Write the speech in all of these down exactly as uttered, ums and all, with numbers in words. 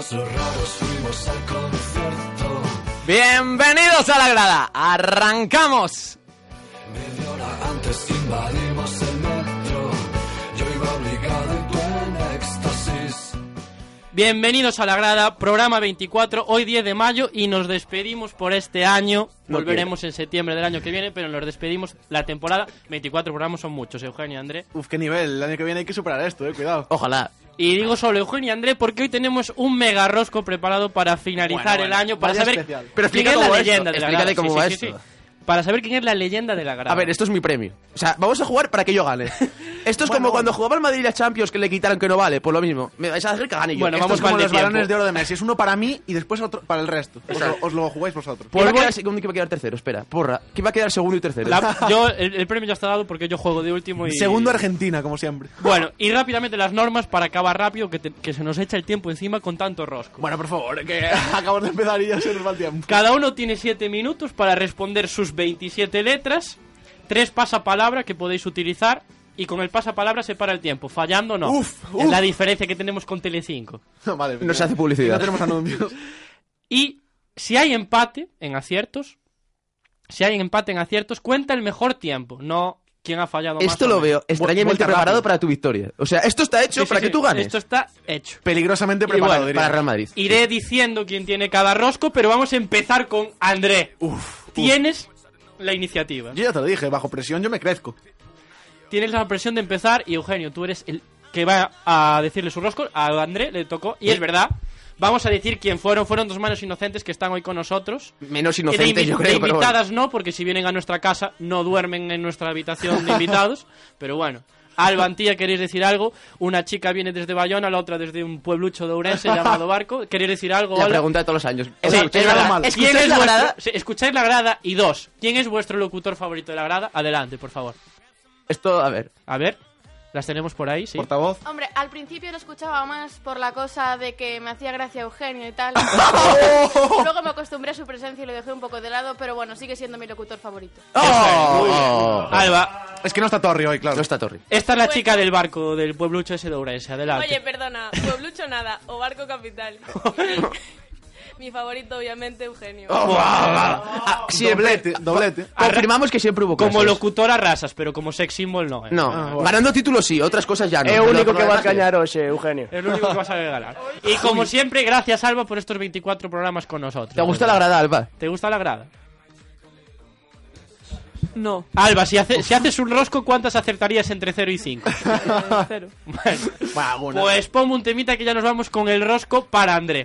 Somos los raros, fuimos al concierto. Bienvenidos a la grada, arrancamos. Media hora antes invadimos el metro. Yo iba obligado y tú en éxtasis. Bienvenidos a la grada, programa veinticuatro, hoy diez de mayo y nos despedimos por este año. No Volveremos quiero. en septiembre del año que viene, pero nos despedimos la temporada. veinticuatro programas son muchos, Eugenio y André. Uf, qué nivel, el año que viene hay que superar esto, eh, cuidado. Ojalá. Y digo solo Eugenio y André porque hoy tenemos un mega rosco preparado para finalizar Bueno, bueno, el año, para vaya saber especial. Pero quién explica es la cómo va leyenda esto, de la explícate grada. cómo Sí, va sí, sí, esto. sí. Para saber quién es la leyenda de la grada. A ver, esto es mi premio. O sea, vamos a jugar para que yo gane. Esto es Bueno, como cuando bueno. jugaba el Madrid a Champions que le quitaron que no vale, pues lo mismo. Me vais a hacer que gane yo. Bueno, Esto vamos es mal como de los tiempo. Balones de oro de Messi, es uno para mí y después otro para el resto. Os lo, os lo jugáis vosotros. ¿Quién va a Pues quedar segundo y quién va a quedar tercero? Espera, porra. ¿Quién va a quedar segundo y tercero? La- yo, el, el premio ya está dado porque yo juego de último y... Segundo Argentina, como siempre. Bueno, y rápidamente las normas para acabar rápido, que, te- que se nos echa el tiempo encima con tanto rosco. Bueno, por favor, que acabamos de empezar y ya se nos va el tiempo. Cada uno tiene siete minutos para responder sus veintisiete letras, tres pasapalabra que podéis utilizar, y con el pasapalabra se para el tiempo. Fallando, no. Uf, Es uf. la diferencia que tenemos con Telecinco. Vale, No se hace publicidad. No tenemos anuncios. Y si hay empate en aciertos, si hay empate en aciertos, cuenta el mejor tiempo, no quién ha fallado más. Esto o lo menos. veo extrañamente vuelta preparado rápida. para tu victoria. O sea, esto está hecho Sí, sí, para sí. que tú ganes. Esto está hecho. Peligrosamente Y preparado, bueno, diría. Para Real Madrid. Iré diciendo quién tiene cada rosco, pero vamos a empezar con André. Uf, Tienes la iniciativa. yo ya te lo dije, bajo presión yo me crezco. Tienes la presión de empezar y Eugenio, tú eres el que va a decirle su rosco. A André le tocó, y es verdad. Vamos a decir quién fueron. Fueron dos manos inocentes que están hoy con nosotros. Menos Y de, inocente, invi- yo de creo, pero bueno. invitadas no, porque si vienen a nuestra casa no duermen en nuestra habitación de invitados. Pero bueno. Alba, Antía, ¿queréis decir algo? Una chica viene desde Bayona, la otra desde un pueblucho de Ourense llamado Barco. ¿Queréis decir algo? La Hola. pregunta de todos los años. Sí, ¿Escucháis es la verdad. grada? ¿Quién ¿Escucháis es la vuestro- grada? sí, escucháis la grada? Y dos, ¿quién es vuestro locutor favorito de la grada? Adelante, por favor. Esto, a ver. A ver, las tenemos por ahí, sí. Portavoz. Hombre, al principio lo escuchaba más por la cosa de que me hacía gracia Eugenio y tal. Luego me acostumbré a su presencia y lo dejé un poco de lado, pero bueno, sigue siendo mi locutor favorito. ¡Oh! Alba, Es que no está Torri hoy, claro. No está Torri. esta es la Pues- chica del barco del pueblucho ese de Ourense. Adelante. Oye, perdona, pueblucho nada, o barco capital. Mi favorito, obviamente, Eugenio. Ah, siempre. Doblete, doblete. Confirmamos que siempre hubo Como casos. locutora rasas, pero como sex symbol no. ¿eh? No, Ah, bueno. ganando títulos sí, otras cosas ya no. É o Pero único por lo que vas demás, gañar hoxe, Eugenio. Es lo único que vas a ganar. Y como siempre, gracias Alba por estos veinticuatro programas con nosotros. ¿Te gusta la grada, Alba? ¿Te gusta la grada? No. Alba, si, hace- si haces un rosco, ¿cuántas acertarías entre cero y cinco? Cero. Bueno, Va, alguna. pues pongo un temita que ya nos vamos con el rosco para André.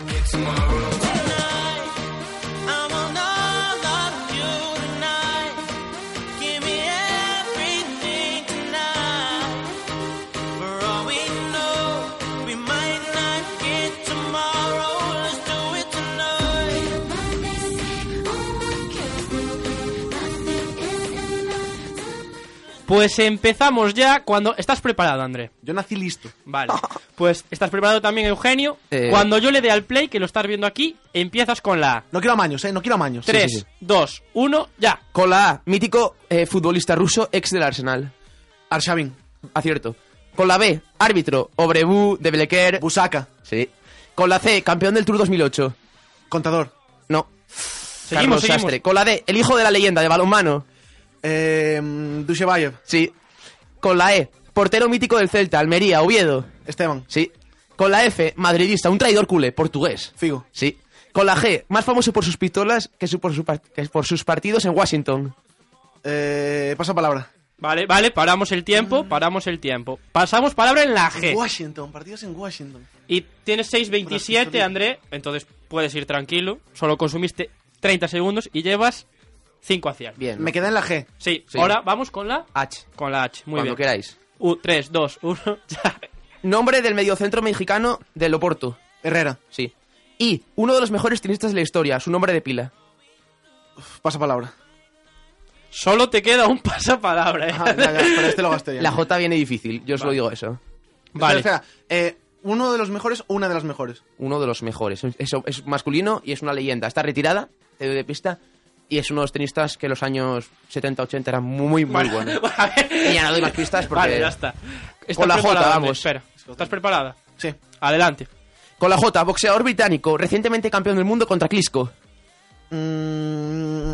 Pues empezamos ya cuando... ¿Estás preparado, André? Yo nací listo. Vale. Pues estás preparado también, Eugenio. Eh. Cuando yo le dé al play, que lo estás viendo aquí, empiezas con la A. No quiero amaños, eh, no quiero amaños. tres, sí, sí. dos, uno, ya. Con la A, mítico eh, futbolista ruso, ex del Arsenal. Arshavin, Acierto. Con la B, árbitro, Obrebu, de Belequer. Busaka, Sí. Con la C, campeón del Tour dos mil ocho. contador. No. Seguimos, Carlos seguimos. Sastre. Con la D, el hijo de la leyenda de balonmano. Eh, Dushebayev, Sí. Con la E, portero mítico del Celta, Almería, Oviedo. Esteban, Sí. Con la F, madridista, un traidor culé, portugués. Figo, Sí. Con la G, más famoso por sus pistolas que, su- por, su par- que por sus partidos en Washington. eh, pasa palabra. Vale, vale, paramos el tiempo, paramos el tiempo. Pasamos palabra en la G. Washington, partidos en Washington. Y tienes seis veintisiete, André, entonces puedes ir tranquilo. Solo consumiste treinta segundos y llevas cinco aciertos. Bien. Me quedé en la G. Sí, Sí. ahora vamos con la H. con la H. Muy Cuando bien. queráis. tres, dos, uno, ya. Nombre del mediocentro mexicano del Oporto. Herrera, Sí. Y uno de los mejores tenistas de la historia, su nombre de pila. Uf, pasa palabra. Solo te queda un pasapalabra, ¿eh? Ah, ya, ya, pero este lo gasté ya. La J viene difícil, yo os lo digo eso. Vale. Espera, espera. Eh, ¿uno de los mejores o una de las mejores? Uno de los mejores. Es, es masculino y es una leyenda. Está retirada, te doy de pista, y es uno de los tenistas que en los años setenta ochenta era muy, muy Vale, bueno. a ver. Y ya no doy más pistas porque... Vale, ya está. ¿Estás Con la J, preparada, vamos. Andrés? Espera, ¿estás preparada? Sí. Adelante. Con la J, boxeador británico, recientemente campeón del mundo contra Klitschko. Mm,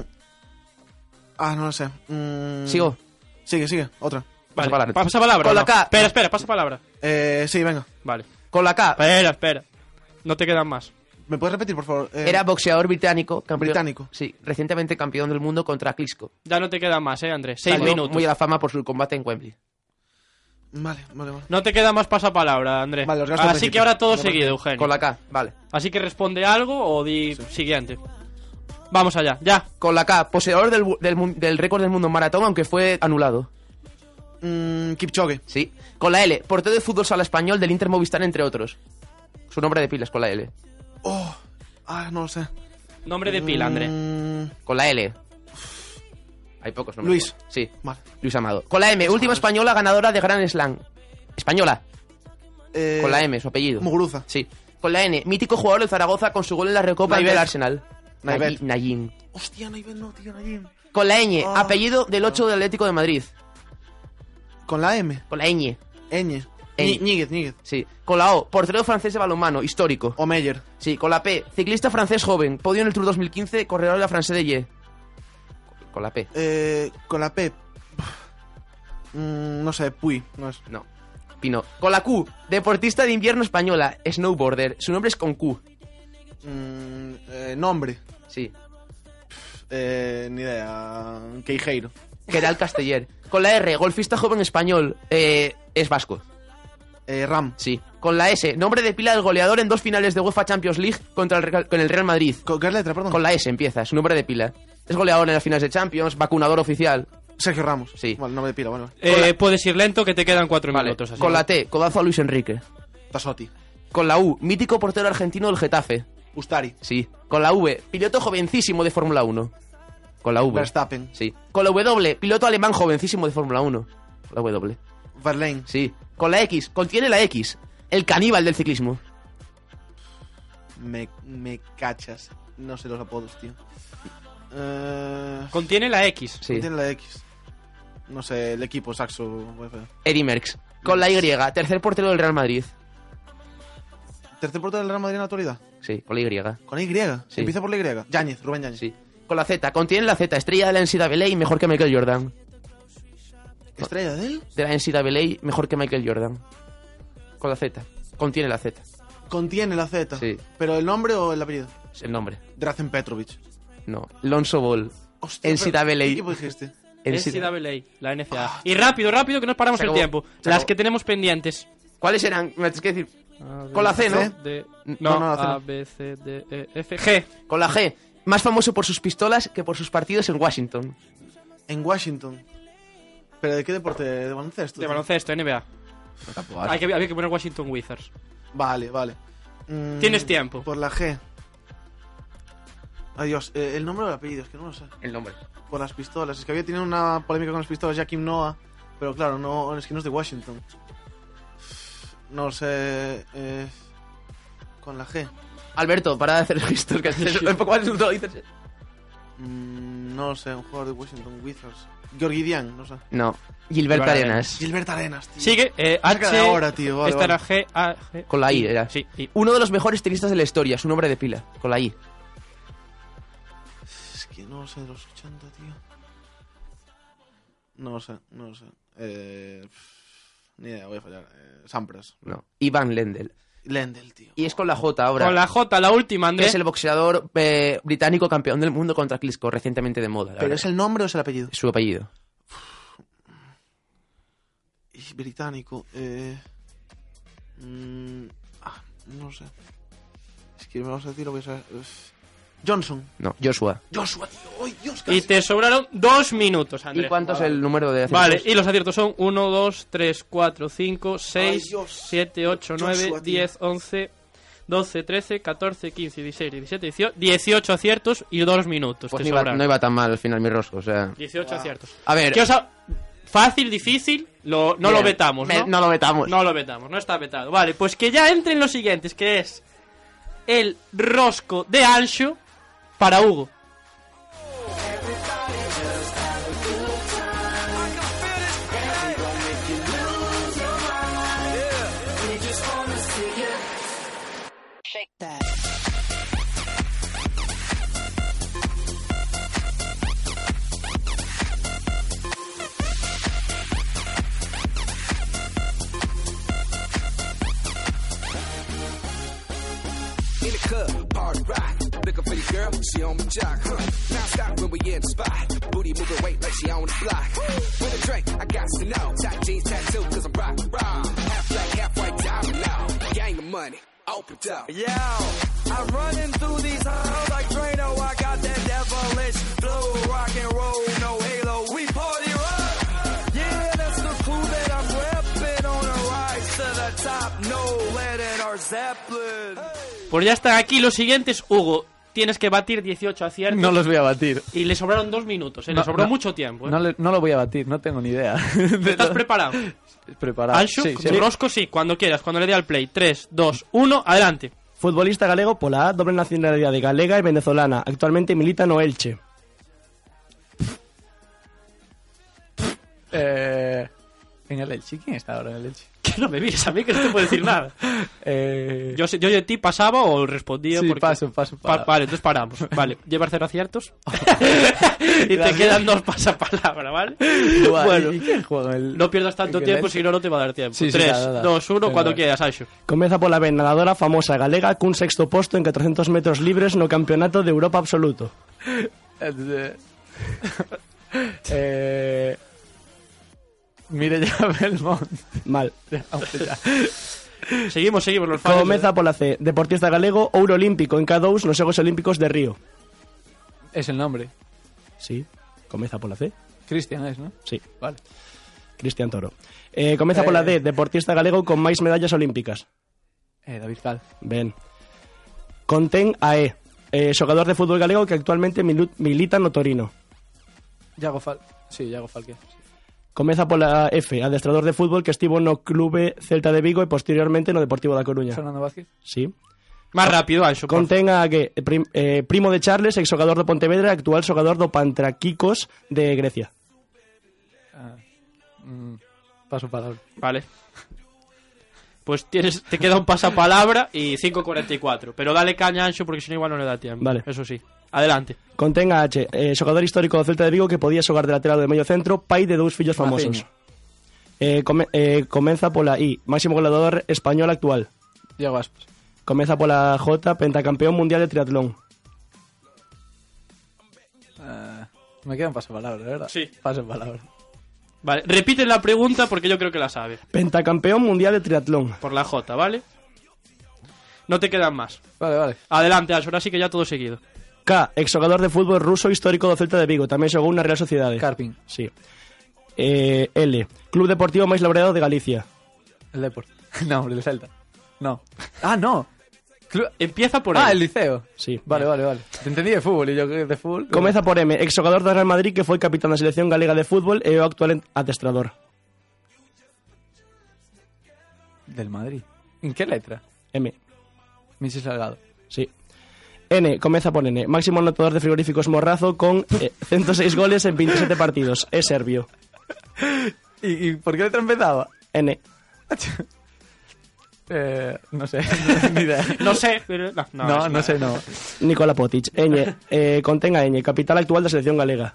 ah, no lo sé. Mm, Sigo. Sigue, sigue, otra. Vale, palabra. pasa palabra. Con ¿o la no? K. Espera, espera, pasa palabra. Eh, sí, venga. Vale. Con la K, Espera, espera. No te quedan más. ¿Me puedes repetir, por favor? Eh, era boxeador británico. Campeón, Británico. Sí, recientemente campeón del mundo contra Klitschko. Ya no te quedan más, eh, Andrés. Seis Salió minutos. muy a la fama por su combate en Wembley. Vale, vale, vale. No te queda más pasapalabra, Andrés. Vale, los gasto al Así principio. que ahora todo Vale, seguido, vale. Eugenio. Con la K, vale. Así que responde algo o di siguiente. Vamos allá, ya. Con la K, poseedor del, del, mu- del récord del mundo en maratón, aunque fue anulado. Mm, Kipchoge. Sí. Con la L, portero de fútbol sala español del Inter Movistar, entre otros. Su nombre de pilas con la L. Oh, ah, no lo sé. Nombre de pila, Andrés. Mm, Con la L. Hay pocos nombres. Luis. Sí. Vale. Luis Amado. Con la M, última española ganadora de Grand Slam. Española. eh, Con la M, su apellido. Muguruza. Sí. Con la N, mítico jugador del Zaragoza con su gol en la Recopa Naibet. del Arsenal. Naibet. Nayi- Nayin. Hostia, Naibet no, tío, Nayin. Con la ñ, Ah. apellido del ocho del Atlético de Madrid. Con la M. Con la ñ. Ñ. Ñ. Ní- Níguez, Níguez. Sí. Con la O, portero francés de balonmano, histórico. O Meyer. Sí. Con la P, ciclista francés joven, podio en el Tour dos mil quince, corredor de la France de Ye. Con la P. Eh, con la P. Mm, no sé, Puy. No es. No. Pino. Con la Q, deportista de invierno española, snowboarder. Su nombre es con Q. Mm, eh, nombre. Sí. Eh, ni idea. Queijeiro. Keral Casteller. Con la R, golfista joven español, eh, es vasco. Eh, Ram. Sí. Con la S, nombre de pila del goleador en dos finales de UEFA Champions League contra el, Real- con el Real Madrid. ¿Con qué letra, perdón? Con la S empieza, su nombre de pila. Es goleador en las finales de Champions, vacunador oficial. Sergio Ramos. Sí. Vale, no me pila, bueno. Eh, puedes ir lento que te quedan cuatro Vale. minutos. Así. Con la T, codazo a Luis Enrique. Tasotti. Con la U, mítico portero argentino del Getafe. Ustari. Sí. Con la V, piloto jovencísimo de Fórmula uno. Con la V. Verstappen. Sí. Con la W, piloto alemán jovencísimo de Fórmula uno. Con la W. Verlaine. Sí. Con la X, contiene la X. El caníbal del ciclismo. Me, me cachas. No sé los apodos, tío. Eh, Contiene la X. Sí. Tiene la X. No sé, el equipo, Saxo. F. Eddie Merckx. Con la Y, tercer portero del Real Madrid. ¿Tercer portero del Real Madrid en la actualidad? Sí, con la Y. ¿Con Y? Sí. Empieza por la Y. Yáñez, Rubén Yáñez. Sí. Con la Z, contiene la Z, estrella de la N C A A y mejor que Michael Jordan. ¿Estrella de él? De la N C A A mejor que Michael Jordan. Con la Z. Contiene la Z. Contiene la Z. Sí. ¿Pero el nombre o el apellido? Es el nombre. Drazen Petrovic. No. Lonzo Ball. Hostia, N C A A. pero, ¿qué equipo dijiste? N C A A, la N C A A. Y rápido, rápido, que nos paramos Se el acabó. tiempo. Se Las acabó. que tenemos pendientes. ¿Cuáles eran? Me tienes que decir. A, B, Con la C, ¿no? D, No, no, no, la C no. A, B, C, D, E, F, G. Con la G. Más famoso por sus pistolas que por sus partidos en Washington. En Washington. ¿Pero de qué deporte? ¿De baloncesto? De baloncesto, N B A. Hay que, había que poner Washington Wizards. Vale, vale. Mm, Tienes tiempo. Por la G. Adiós. Eh, el nombre o el apellido, es que no lo sé. El nombre. Por las pistolas. Es que había tenido una polémica con las pistolas Jakim Noah. Pero claro, no, es que no es de Washington. No lo sé. Eh, con la G. Alberto, para de hacer gestos que haces. Un poco más tú lo dices. Mm, no lo sé, un jugador de Washington Wizards. Georgidian, no sé. No. Gilbert Gilbert Arenas. Gilbert Arenas, tío. Sigue, eh, Saca H. de ahora, tío, vale, esta vale. era G, A, G. Con la I era. Sí, I. Uno de los mejores tenistas de la historia, su nombre de pila. Con la I. Es que no lo sé de los ochenta, tío. No lo sé, no lo sé. Eh, pff, ni idea, voy a fallar. Eh, Sampras. No. Ivan Lendl. Lendl, tío. Y es con la J ahora. Con la J, la última, Que Andrés. es el boxeador eh, británico campeón del mundo contra Klitschko, recientemente de moda. la ¿Pero verdad. es el nombre o es el apellido? Su apellido. Y británico. Eh, mm, ah, no sé. Es que me vas a decir lo que sea. Uf. Johnson. No, Joshua. Joshua, tío. ¡Ay, Dios! Y casi! te sobraron dos minutos, Andrés. ¿Y cuánto es el número de aciertos? Vale, y los aciertos son uno, dos, tres, cuatro, cinco, Ay, seis, Dios. siete, ocho, nueve, Joshua, tío. diez, once, doce, trece, catorce, quince, dieciséis, diecisiete, dieciocho, dieciocho aciertos y dos minutos. Pues te no iba, sobraron. no iba tan mal al final mi rosco, o sea... dieciocho aciertos. A ver... ¿Qué os ha- Fácil, difícil, lo, no bien. lo vetamos, Me- ¿no? No lo vetamos. No lo vetamos, no está vetado. Vale, pues que ya entren los siguientes, que es el rosco de ancho para Hugo. hard to rock. Looking for your girl, she on my jock, huh? Now stop when we in the spot. Booty moving weight like she on the block. With a drink, I got to know. Top jeans tattoo, cause I'm rock, rock. Half black, half white, diamond now. Gang of money, open up. Yo, I'm running through these halls like Drano. I got that devilish flow, rock and roll, no halo. We party rock. Yeah, that's the clue that I'm repping on a rise to the top. No lead in our Zeppelin. Pues ya están aquí los siguientes. Hugo, tienes que batir dieciocho aciertos. No los voy a batir. Y le sobraron dos minutos, ¿eh? Le No, sobró no, mucho tiempo, ¿eh? No, le- no lo voy a batir, no tengo ni idea. ¿Estás preparado? Preparado. Anxo, Sí, sí. Rosco, sí, cuando quieras, cuando le dé al play. tres, dos, uno, adelante. Futbolista galego pola A, doble nacionalidad de galega y venezolana. Actualmente milita no Elche. Eh, en el Elche. ¿Quién está ahora en el Elche? Que no me mires a mí, que no te puedo decir nada. Eh, Yo, sé- yo de ti pasaba o respondía. Sí, porque... paso, paso, Pa- para. vale, entonces paramos. Vale, llevas cero aciertos. Y te Gracias. quedan dos pasapalabras, ¿vale? Guay, Bueno, ¿y quién juega en el...? no pierdas tanto en el tiempo, Elche? si no, no te va a dar tiempo. Sí, sí, tres, da, da, da. dos, uno, Venga, cuando vale. quieras, Anxo. Comeza pola B, nadadora famosa galega cun sexto posto en catorcentos metros libres no Campeonato de Europa Absoluto. Eh, eh, Mireia Belmont. Mal. Ya, vamos ya. Seguimos, seguimos los fallos. Comeza pola C, deportista galego, ouro olímpico en K dous nos Xogos Olímpicos de Río. Es el nombre. Sí, comeza pola C. Cristian es, ¿no? Sí, Vale. Cristian Toro. Eh, comeza Eh. pola D, deportista galego con máis medallas olímpicas. Eh, David Cal. Ben. Contén a E, eh, xogador de fútbol galego que actualmente milu- milita no Torino. Yago Fal. Sí, Yago Falque. Comeza pola F, adestrador de fútbol que estivo no Clube Celta de Vigo e posteriormente no Deportivo da Coruña. Fernando Vázquez. Sí. Más rápido, Anxo. por Contén a G, eh, prim- eh, primo de Charles, ex xogador do Pontevedra e actual xogador do Pantraquicos de Grecia. Ah, mm, paso palabra. Vale. Pues tienes, te queda un pasapalabra y cinco cuarenta y cuatro. Pero dale caña, Anxo, porque si no igual no le da tiempo. Vale. Eso sí. Adelante. Contén a H, eh, xogador histórico do Celta de Vigo que podía xogar de lateral ou de medio centro, pai de dous fillos famosos. Maciño. Eh, come, eh, comeza pola I, máximo goleador español actual. Yago Aspas. Comeza pola J, pentacampeón mundial de triatlón. Ah, me queda un paso palabra, ¿verdad? Sí. Paso palabra. Vale, repite la pregunta porque yo creo que la sabe. Pentacampeón mundial de triatlón. Por la J, ¿vale? No te quedan más. Vale, vale. Adelante, Anxo, ahora sí que ya todo seguido. K, exjugador de fútbol ruso histórico do Celta de Vigo, tamén xogou na Real Sociedade. Carpin. Sí. Eh, L, club deportivo máis laureado de Galicia. El Deport. No, el Celta. No. Ah, no. Clu- Empieza por Ah, él. el Liceo. Sí. Vale, vale, vale. Te entendí de fútbol y yo que de fútbol. Comeza por M, exjugador do Real Madrid que foi capitán da selección galega de fútbol e o actual adestrador. Del Madrid. ¿En qué letra? M, Michel Salgado. sí. N, comeza por N, máximo anotador de frigoríficos Morrazo con eh, ciento seis goles en veintisiete partidos. Es serbio. ¿Y, y por qué letra empezaba? N, Eh, no sé, ni idea. No sé, pero... No, no, No, es no nada. sé, no. Nicola Potic. Ñ, eh, contén a Ñ, capital actual da selección galega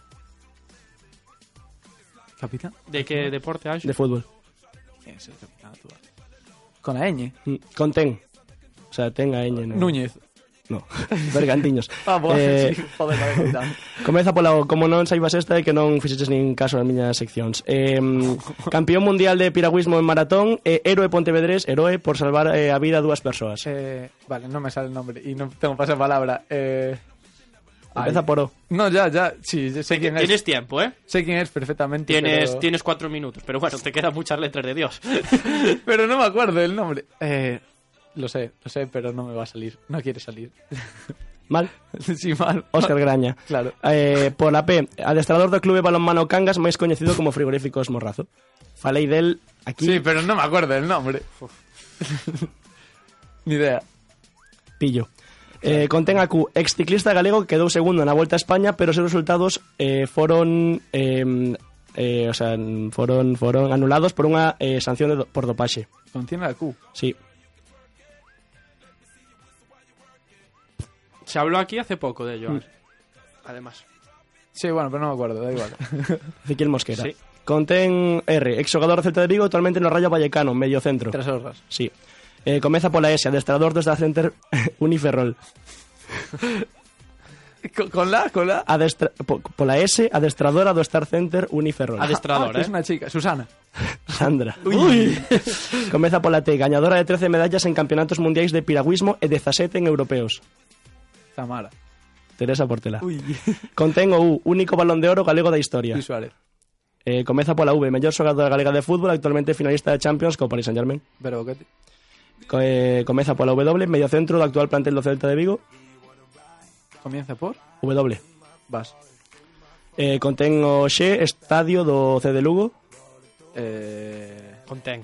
¿Capitán? ¿De qué deporte, Anxo? de fútbol. ¿Quién es el capitán actual? Con la ñ. Mm, Contén. O sea, ten a Ñ. No. Núñez. No. Bergantiños. Ah, bueno, Eh, sí, joder, la capitán. Comeza pola O, como non saibas esta e que non fixeches nin caso nas miñas seccións. Eh, campeón mundial de piragüismo en maratón e héroe pontevedrés, heroe por salvar eh, a vida a dúas persoas. Eh, vale, no me sale el nombre y no tengo pasapalabra. Eh, Empeza ay. por O. No, ya, ya, sí, sé quién es. Tienes tiempo, ¿eh? Sé quién es perfectamente. Tienes, pero... tienes cuatro minutos, pero bueno, te quedan muchas letras de Dios. pero no me acuerdo del nombre. Eh, lo sé, lo sé, pero no me va a salir. No quiere salir. Mal. sí, mal. Óscar Graña. Claro. Eh, pola P, adestrador do clube balonmano Cangas máis coñecido como Frigoríficos Morrazo. Falei del aquí. Sí, pero no me acuerdo del nombre. Ni idea. Pillo. Eh, contén a Q, exciclista galego que quedou segundo na Volta a España, pero os seus resultados eh, foron eh, eh, o sea, foron foron anulados por unha eh, sanción de do, por dopaxe. Contiene la Q. Sí. Se habló aquí hace poco de ello, Mm. Anxo. Además. Sí, bueno, pero no me acuerdo, da igual. Ezequiel Mosquera. Sí. Contén R, exjugador do Celta de Vigo, actualmente no Rayo Vallecano, medio centro. Tres horas. Sí. Eh, comeza pola S, adestrador do Star Center Uniferrol. Con, con la, con la... Adestra... Po, pola S, adestradora do Star Center Uniferrol. Adestrador, Ah, que eh. es una chica, Susana. Sandra. Uy. Comeza pola T, gañadora de trece medallas en campeonatos mundiais de piragüismo e dezasete en europeos. Tamara. Teresa Portela. Uy. Contén o U, único balón de oro galego da historia. Luis Suárez. Eh, comeza pola V, mellor xogadora galega de fútbol, actualmente finalista de Champions co Paris Saint-Germain. Pero Boquete. Co eh, comeza pola W, medio centro do actual plantel do Celta de Vigo. Comienza por... W. Vas. Eh, contén o X, estadio do C de Lugo. Eh... Contén.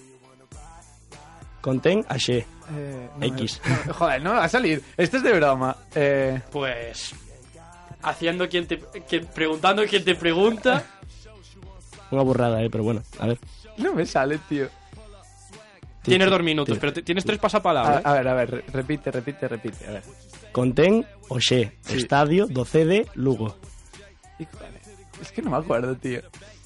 Contén a X. eh no, X. no, joder, no me va a salir. Este es de broma. Eh... Pues... Haciendo quien te... Quien, preguntando quien te pregunta... Unha burrada, eh, pero bueno, a ver. No me sale, tío. Tienes dos minutos, tío. pero te- tienes tres A, pasapalabras. a ver, a ver, re- repite, repite, repite. A ver. Contén o X, Sí. estadio do C de Lugo. Híjole, es que no me acuerdo, tío.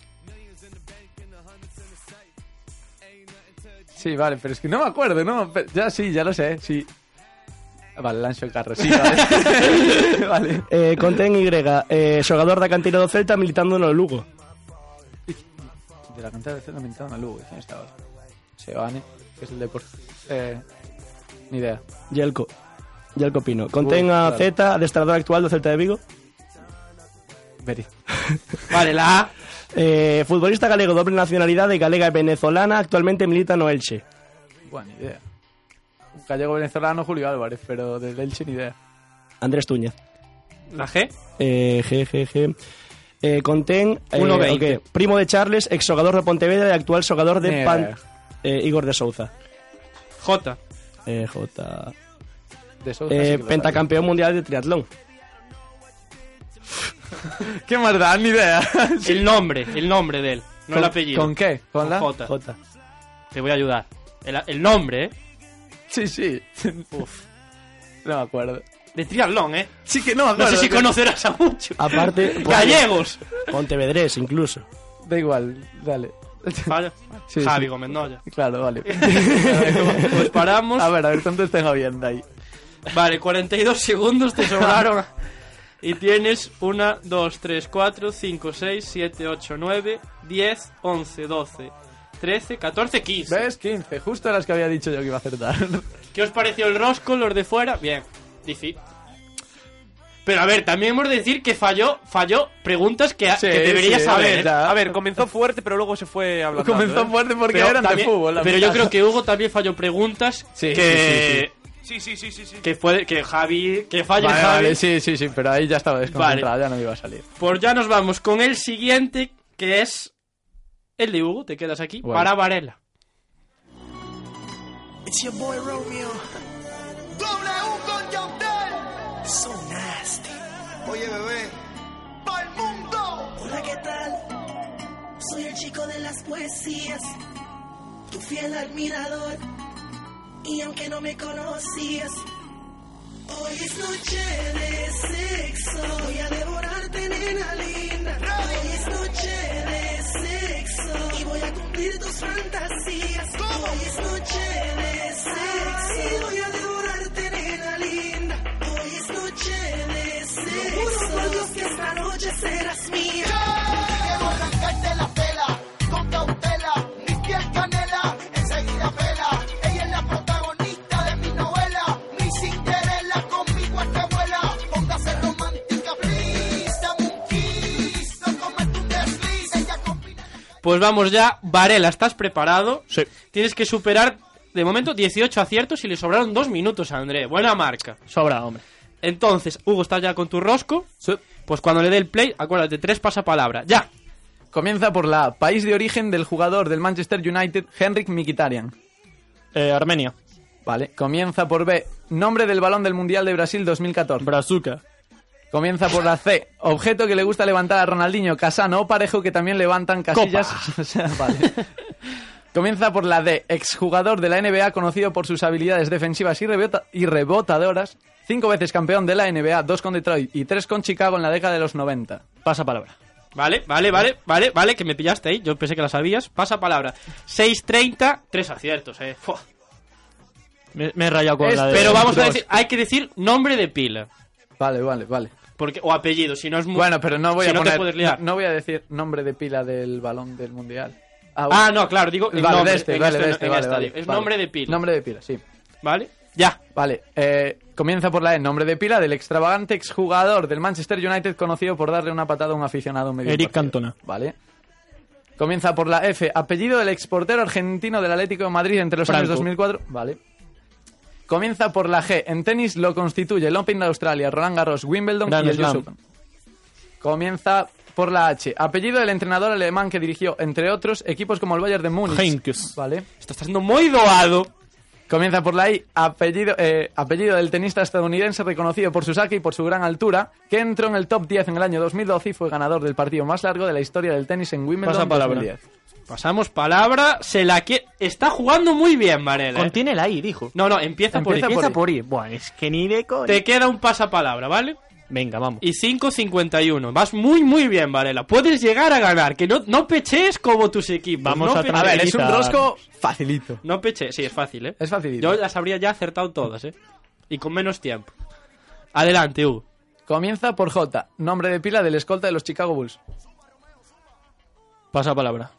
Sí, vale, pero es que no me acuerdo, ¿no? Pero- ya sí, ya lo sé, sí. Vale, Lancho el carro, sí, vale. Vale. Eh, contén Y, eh, xogador da canteira do Celta militando no Lugo. De la cantera de Celta militando en Lugo, ¿quién estaba? Sebane, que es el deporte. Eh, ni idea. Yelko. Yelko Pino. Contén Uy, a claro. Z, adestrador actual do Celta de Vigo. Veri. Vale, la A. Eh, futbolista galego, doble nacionalidade, galega e venezolana, actualmente milita no Elche. Buena idea. Un gallego venezolano, Julio Álvarez, pero del Elche ni idea. Andrés Túñez. La G. Eh, G, G, G. Eh, contén... Eh, uno veinte. ok. Primo de Charles, exxogador de Pontevedra e actual xogador de Ni Pan... idea. Eh, Igor de Souza. J. Eh, J... De Sousa Eh, sí que lo pentacampeón mundial de triatlón. sabía. ¿Qué más da? Ni idea. El nombre, el nombre de él, no el ¿Con- apellido. ¿Con qué? ¿Con la? J. J. Te voy a ayudar. El, el nombre, ¿eh? Sí, sí. Uf. No me acuerdo. De triatlón, ¿eh? Sí que no me No acuerdo. sé si que- conocerás a mucho. Aparte... Gallegos. Pontevedrés, incluso. Da igual, dale. Vale. Sí, Javi sí. Gómez Noya. Claro, vale. Pues paramos. A ver, a ver, ¿cuántos tengo bien de ahí? Vale, cuarenta y dos segundos te sobraron. Y tienes uno, dos, tres, cuatro, cinco, seis, siete, ocho, nueve, diez, once, doce, trece, catorce, quince. ¿Ves? quince, justo las que había dicho yo que iba a acertar. ¿Qué os pareció el rosco, los de fuera? Bien, difícil. Pero a ver, también hemos de decir que falló, falló preguntas que, Sí, que deberías sí, saber. a ver, ¿eh? ya. A ver, comenzó fuerte, pero luego se fue hablando. Comenzó fuerte porque Pero, eran también- de fútbol. la pero yo mitad. creo que Hugo también falló preguntas Sí, que, Sí, sí, sí, sí, sí. que fue que Javi, que falle Vale, Javi. vale, sí, sí, sí, pero ahí ya estaba desconcentrado, ya no me iba a salir. Pues ya nos vamos con el siguiente, que es el de Hugo. Te quedas aquí Bueno. para Varela. It's your boy Romeo. W con Yandel. So nasty. Oye, bebé. ¡Pa'l mundo! Hola, ¿qué tal? Soy el chico de las poesías. Tu fiel admirador. Y aunque no me conocías, hoy es noche de sexo. Voy a devorarte, nena linda. Hoy es noche de sexo. Y voy a cumplir tus fantasías. Hoy es noche de sexo. Voy a devorarte, nena linda. Hoy es noche de sexo. Juro por Dios que esta noche serás mía. Quiero arrancarte la tela con cautela. Ni piel canela, enseguida pela. Ella es la protagonista de mi novela. Ni sin quererla conmigo es que vuela. Póngase romántica, please. Dame un kiss. No comas tu desliz. Ella combina. Pues vamos ya, Varela, ¿estás preparado? Sí. Tienes que superar, de momento, dieciocho aciertos y le sobraron dos minutos a André. Buena marca. Sobra, hombre. Entonces, Hugo, ¿estás ya con tu rosco? Sí. Pues cuando le dé el play, acuérdate, tres pasapalabra. ¡Ya! Comienza por la A, país de origen del jugador del Manchester United, Henrik Mkhitaryan. Eh, Armenia. Vale. Comienza por B, nombre del balón del Mundial de Brasil dos mil catorce. Brazuca. Comienza por la C, objeto que le gusta levantar a Ronaldinho, Casano o Parejo, que también levantan casillas. O sea, vale. Comienza por la D, exjugador de la N B A conocido por sus habilidades defensivas y, rebota- y rebotadoras. Cinco veces campeón de la N B A, dos con Detroit y tres con Chicago en la década de los noventa. Pasa palabra. Vale, vale, vale, vale, vale, que me pillaste ahí. Yo pensé que la sabías. Pasa palabra. seis treinta, tres aciertos, eh. Fua. Me, me he rayado con Es- la de... Pero vamos a Dos. decir, hay que decir nombre de pila. Vale, vale, vale. Porque, o apellido, si no es muy... Bueno, pero no voy si a no poner... te puedes liar. No, no voy a decir nombre de pila del balón del Mundial. Ah, no, claro, digo el vale, nombre. de este, en vale, este- de este, en vale, esta, vale, digo. Es vale. nombre de pila. Nombre de pila, sí. ¿Vale? Ya. Vale, eh, comienza por la E, nombre de pila del extravagante exjugador del Manchester United conocido por darle una patada a un aficionado en medio Eric partido. Cantona. Vale. Comienza por la F, apellido del exportero argentino del Atlético de Madrid entre los Franco. años dos mil cuatro. Vale. Comienza por la G, en tenis lo constituye el Open de Australia, Roland Garros, Wimbledon Grand y el U S Slam. Open. Comienza por la H, apellido del entrenador alemán que dirigió, entre otros, equipos como el Bayern de Múnich. Heinkes. Vale. Esto está siendo muy doado. Comienza por la I, apellido, eh, apellido del tenista estadounidense reconocido por su saque y por su gran altura, que entró en el top diez en el año dos mil doce y fue ganador del partido más largo de la historia del tenis en Wimbledon Pasa palabra. dos mil diez. Pasamos palabra, se la que está jugando muy bien, Varela. ¿eh? Contiene la I, dijo. No, no, empieza, por Empieza I. por Empieza I. por I. Buah, es que ni de coña. Te queda un pasapalabra, ¿vale? Venga, vamos. Y cinco cincuenta y uno. Vas muy, muy bien, Varela. Puedes llegar a ganar. Que no, no pechees como tus equipos. Vamos no a pechees. A ver, es un Tranquilizar. rosco facilito. No pechees. Sí, es fácil, ¿eh? Es facilito. Yo las habría ya acertado todas, ¿eh? Y con menos tiempo. Adelante, Hugo. Comienza por J, nombre de pila del escolta de los Chicago Bulls. Pasa palabra.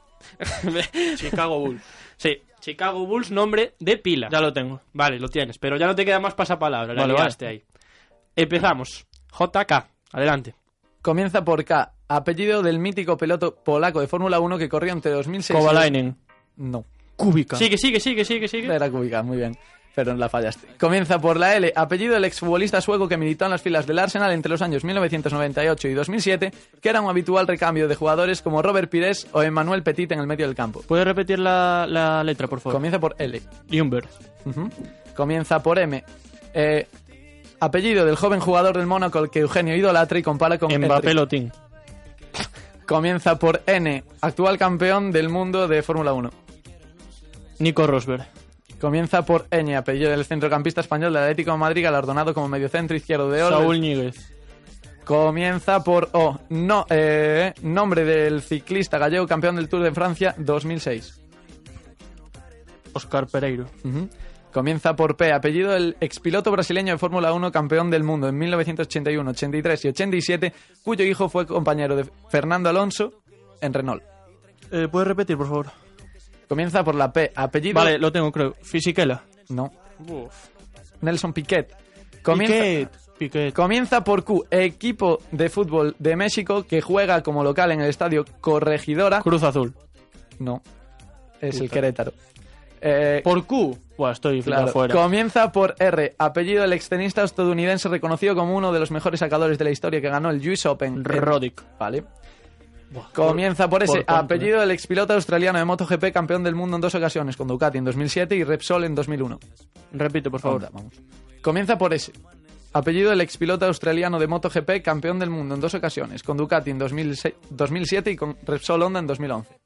Chicago Bulls. Sí, Chicago Bulls, nombre de pila. Ya lo tengo. Vale, lo tienes. Pero ya no te queda más pasapalabra. La Vale, liaste vale. ahí. Empezamos. J K. Adelante. Comienza por K, apellido del mítico piloto polaco de Fórmula uno que corrió entre dos mil seis Kovalainen. y... No, Kubica. Sigue, sigue, sigue, sigue, sigue. era Kubica, muy bien. Pero la fallaste. Comienza por la L, apellido del exfutbolista sueco que militó en las filas del Arsenal entre los años mil novecientos noventa y ocho y dos mil siete, que era un habitual recambio de jugadores como Robert Pires o Emmanuel Petit en el medio del campo. ¿Puedes repetir la, la letra, por favor? Comienza por L. Ljungberg. Ujú. Comienza por M. Eh, apellido del joven jugador del Mónaco al que Eugenio idolatra y compara con Mbappé Enric. Lotín. Comienza por N. Actual campeón del mundo de Fórmula uno. Nico Rosberg. Comienza por Ñ. Apellido del centrocampista español del Atlético de Madrid galardonado como mediocentro izquierdo de oro. Saúl Ñíguez. Comienza por O. No, eh, nombre del ciclista gallego campeón del Tour de Francia dos mil seis. Oscar Pereiro. Ujú. Comienza por P, apellido del expiloto brasileño de Fórmula uno, campeón del mundo en mil novecientos ochenta y uno, ochenta y tres y ochenta y siete, cuyo hijo fue compañero de Fernando Alonso en Renault. Eh, ¿Puedes repetir, por favor? Comienza por la P, apellido... Vale, lo tengo, creo. Fisichella. No. Nelson Piquet. Comienza... Piquet. Piquet. Comienza por Q, equipo de fútbol de México que juega como local en el estadio Corregidora. Cruz Azul. No, es el Puta. Querétaro. Eh, Por Q. Buah, estoy Claro. fuera. Comienza por R, apellido del extenista estadounidense reconocido como uno de los mejores sacadores de la historia que ganó el U S Open. Roddick. Vale. Comienza por S, por tonto, apellido del expiloto australiano de MotoGP, campeón del mundo en dos ocasiones, con Ducati en dos mil siete y Repsol en dos mil uno. Repite, por favor. Honda, vamos. Comienza por S, apellido del expiloto australiano de MotoGP, campeón del mundo en dos ocasiones, con Ducati en dos mil seis, dos mil siete y con Repsol Honda en dos mil once.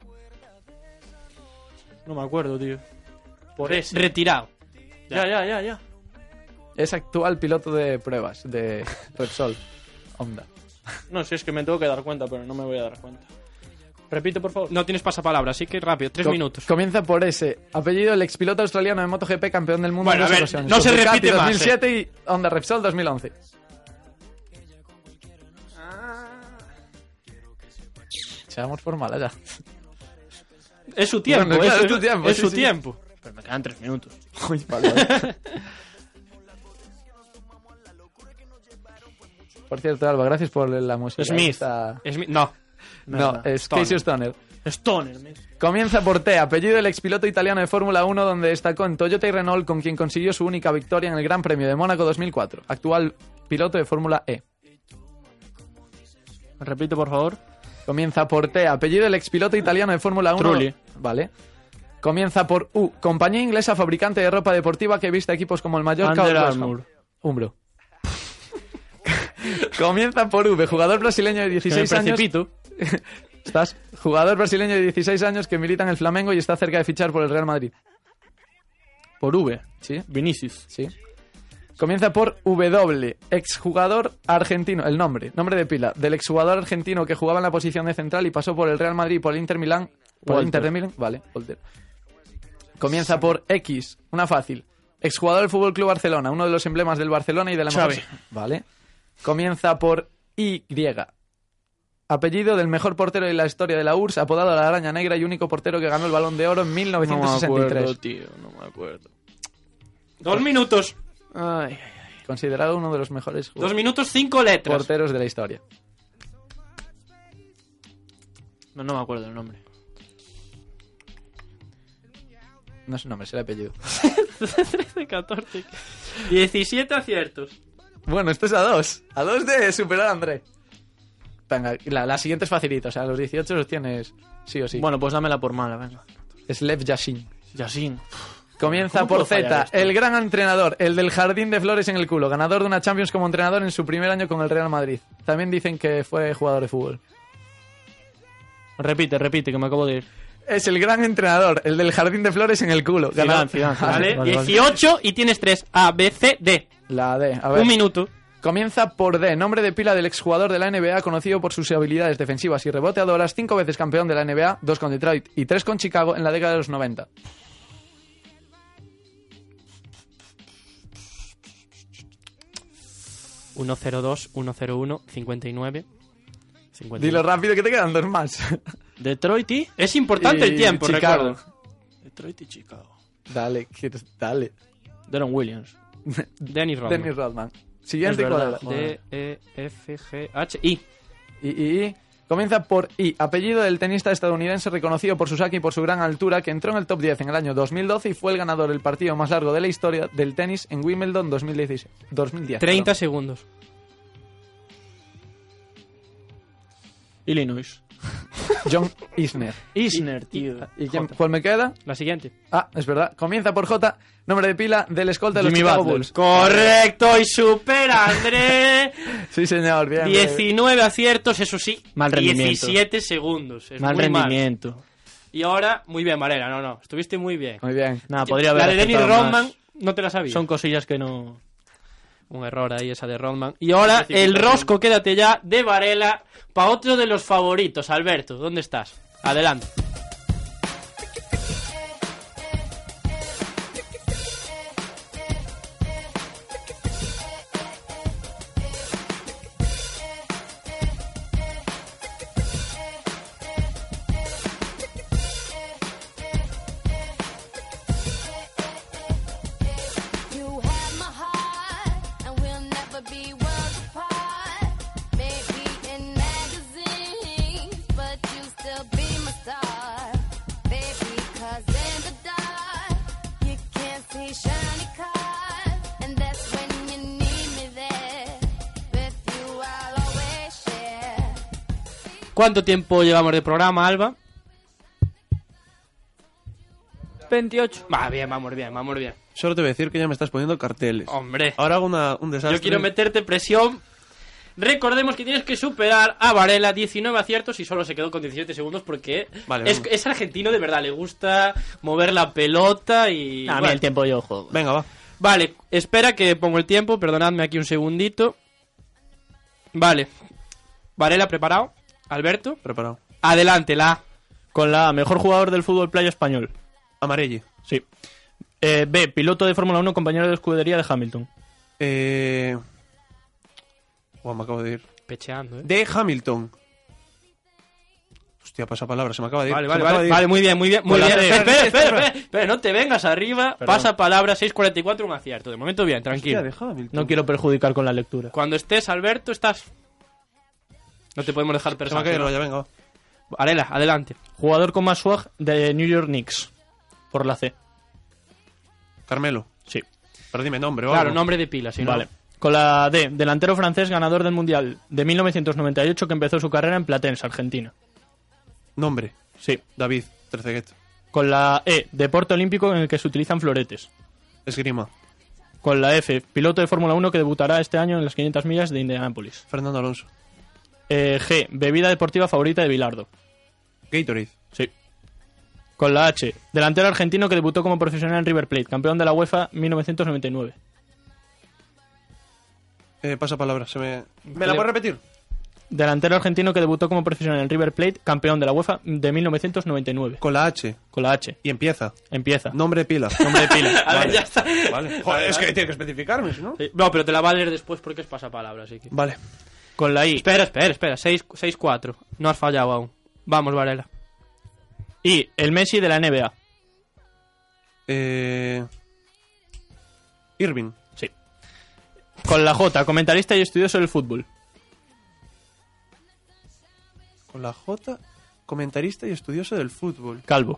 No me acuerdo, tío. Por ese. Retirado. Ya, ya, ya, ya. Es actual piloto de pruebas de Repsol Honda. No, si es que me tengo que dar cuenta, pero no me voy a dar cuenta. Repite, por favor. No tienes pasapalabra, así que rápido, tres Com- minutos. Comienza por S. Apellido del expiloto australiano de MotoGP, campeón del mundo Bueno, en dos a ver, ocasiones. no Con se Ducati repite más, dos mil siete y Honda Repsol dos mil once. Se damos por mala ya. Es su tiempo, Bueno, es, claro, es es tu tiempo, es sí, su sí. tiempo. Pero me quedan tres minutos. Uy, vale, vale. Por cierto, Alba, gracias por la música. Smith. Esta- Es mi- No. No, Nada. es Stoner. Casey Stoner. Stoner, me- Comienza por T, apellido del expiloto italiano de Fórmula uno, donde destacó en Toyota y Renault, con quien consiguió su única victoria en el Gran Premio de Mónaco dos mil cuatro. Actual piloto de Fórmula E. Repite, por favor. Comienza por T, apellido del expiloto italiano de Fórmula uno. Trulli. Vale. Comienza por U, compañía inglesa fabricante de ropa deportiva que viste equipos como el Mallorca o el Under West Ham. Armour. Umbro. Comienza por V, jugador brasileño de dieciséis Que me años. precipito. ¿Estás? Jugador brasileño de dieciséis años que milita en el Flamengo y está cerca de fichar por el Real Madrid. Por V. ¿Sí? Vinicius. Sí. Comienza por W, exjugador argentino, el nombre, nombre de pila, del exjugador argentino que jugaba en la posición de central y pasó por el Real Madrid y por el Inter Milán. ¿Por el Walter. Inter de Milán? Vale, Walter. Comienza por X, una fácil. Exjugador del Fútbol Club Barcelona, uno de los emblemas del Barcelona y de la mejor... Xavi. Vale. Comienza por Y. Apellido del mejor portero de la historia de la U R S S, apodado la Araña Negra y único portero que ganó el Balón de Oro en mil novecientos sesenta y tres. No me acuerdo, tío, no me acuerdo. Dos minutos. Ay, ay, ay. Considerado uno de los mejores Dos minutos, cinco letras. porteros de la historia. No, no me acuerdo el nombre. No es un nombre, es el apellido. trece, catorce, diecisiete aciertos. Bueno, esto es a dos. A dos de superar a André. Venga, la, la siguiente es facilita. O sea, los dieciocho los tienes sí o sí. Bueno, pues dámela por mala, venga. Es Lev Yashin. Yashin. Comienza ¿Cómo por puedo fallar Z, esto? el gran entrenador, el del jardín de flores en el culo, ganador de una Champions como entrenador en su primer año con el Real Madrid. También dicen que fue jugador de fútbol. Repite, repite, que me acabo de ir. Es el gran entrenador, el del jardín de flores en el culo. Zidane, ganador- Zidane, Vale, Vale, vale, vale. dieciocho y tienes tres. A, B, C, D. La D, a ver. Un minuto. Comienza por D, nombre de pila del exjugador de la N B A conocido por sus habilidades defensivas y reboteadoras, cinco veces campeón de la N B A, dos con Detroit y tres con Chicago en la década de los noventa. uno cero dos, uno cero uno, cincuenta y nueve. cincuenta y Dilo nueve. rápido que te quedan dos más. Detroit y... Es importante Y el tiempo, Chicago. recuerdo. Detroit y Chicago. Dale, quieres- dale. Deron Williams. Dennis Rodman. Dennis Rodman. Es Siguiente, ¿cuál verdad. era? D, E, F, G, H, I. Y, y, y. Comienza por I, apellido del tenista estadounidense reconocido por su saque y por su gran altura, que entró en el top diez en el año dos mil doce y fue el ganador del partido más largo de la historia del tenis en Wimbledon dos mil dieciséis. dos mil diez. treinta perdón. segundos. Illinois. John Isner. Isner, tío. ¿Y quién- J. cuál me queda? La siguiente. Ah, es verdad. Comienza por J, nombre de pila del escolta de los Jimmy Chicago Butler. Bulls. Correcto, y supera, André. Sí, señor, bien. diecinueve aciertos, eso sí. Mal rendimiento. diecisiete segundos. Es Mal muy mal. rendimiento. Y ahora, muy bien, Varela. No, no. Estuviste muy bien. Muy bien. Nada, podría haber La de Dennis acertado Rodman, más. no te la sabía. Son cosillas que no... Un error ahí esa de Rodman. Y ahora, el rosco, quédate ya, de Varela, para otro de los favoritos. Alberto, ¿dónde estás? Adelante. You have my heart, and we'll never be worlds apart. Maybe in magazines, but you still be my star. Baby, 'cause in the dark, you can't see shiny cars. And that's when you need me there. With you, I'll always share. ¿Cuánto tiempo llevamos de programa, Alba? veintiocho. Va, bien, vamos bien, vamos bien. Solo te voy a decir que ya me estás poniendo carteles. Hombre. Ahora hago una- un desastre. Yo quiero meterte presión. Recordemos que tienes que superar a Varela, diecinueve aciertos y solo se quedó con diecisiete segundos porque Vale, es, vamos. es argentino de verdad, le gusta mover la pelota y... A mí bueno. el tiempo yo juego. Venga, va. Vale, espera que pongo el tiempo, perdonadme aquí un segundito. Vale. Varela, ¿preparado? Alberto. Preparado. Adelante, la A. Con la A, mejor jugador del fútbol playa español. Amarelli. Sí. Eh, B, piloto de Fórmula uno, compañero de escudería de Hamilton. Eh... Buah, me acabo de ir. Pecheando, ¿eh? De Hamilton. Hostia, pasa palabra, se me acaba de ir. Vale, Se vale, me acaba vale, de ir. vale, muy bien, muy bien, muy Con la bien. C. Espera, espera, Espera, espera, espera, espera, no te vengas arriba, Perdón. pasa palabra seis cuarenta y cuatro, un acierto. De momento bien, tranquilo. Hostia, de Hamilton. No quiero perjudicar con la lectura. Cuando estés, Alberto, estás... No te podemos dejar Se me personal. ha caído, ya venga. va. Varela, adelante. Jugador con más swag de New York Knicks. Por la C. Carmelo. Sí. Pero dime nombre, o Claro, algo. nombre de pila, si no... Vale. Con la D, delantero francés ganador del Mundial de mil novecientos noventa y ocho que empezó su carrera en Platense, Argentina. Nombre. Sí. David Trezeguet. Con la E, deporte olímpico en el que se utilizan floretes. Esgrima. Con la F, piloto de Fórmula uno que debutará este año en las quinientas millas de Indianápolis. Fernando Alonso. Eh, G, bebida deportiva favorita de Bilardo. Gatorade. Sí. Con la H, delantero argentino que debutó como profesional en River Plate, campeón de la UEFA mil novecientos noventa y nueve. Eh, pasa palabra, se me... ¿Me Vale. la puedes repetir? Delantero argentino que debutó como profesional en River Plate, campeón de la UEFA de mil novecientos noventa y nueve. Con la H. Con la H. Y empieza. Empieza. Nombre de pila. Nombre de pila. A ver, Vale. ya está. Vale. Joder, es que tiene que especificarme, si no. Sí. No, pero te la va a leer después porque es pasapalabra, así que... Vale. Con la I. Espera, espera, espera. seis cuatro. No has fallado aún. Vamos, Varela. Y el Messi de la N B A. Eh... Irving. Sí. Con la J, comentarista y estudioso del fútbol. Con la J, comentarista y estudioso del fútbol. Calvo.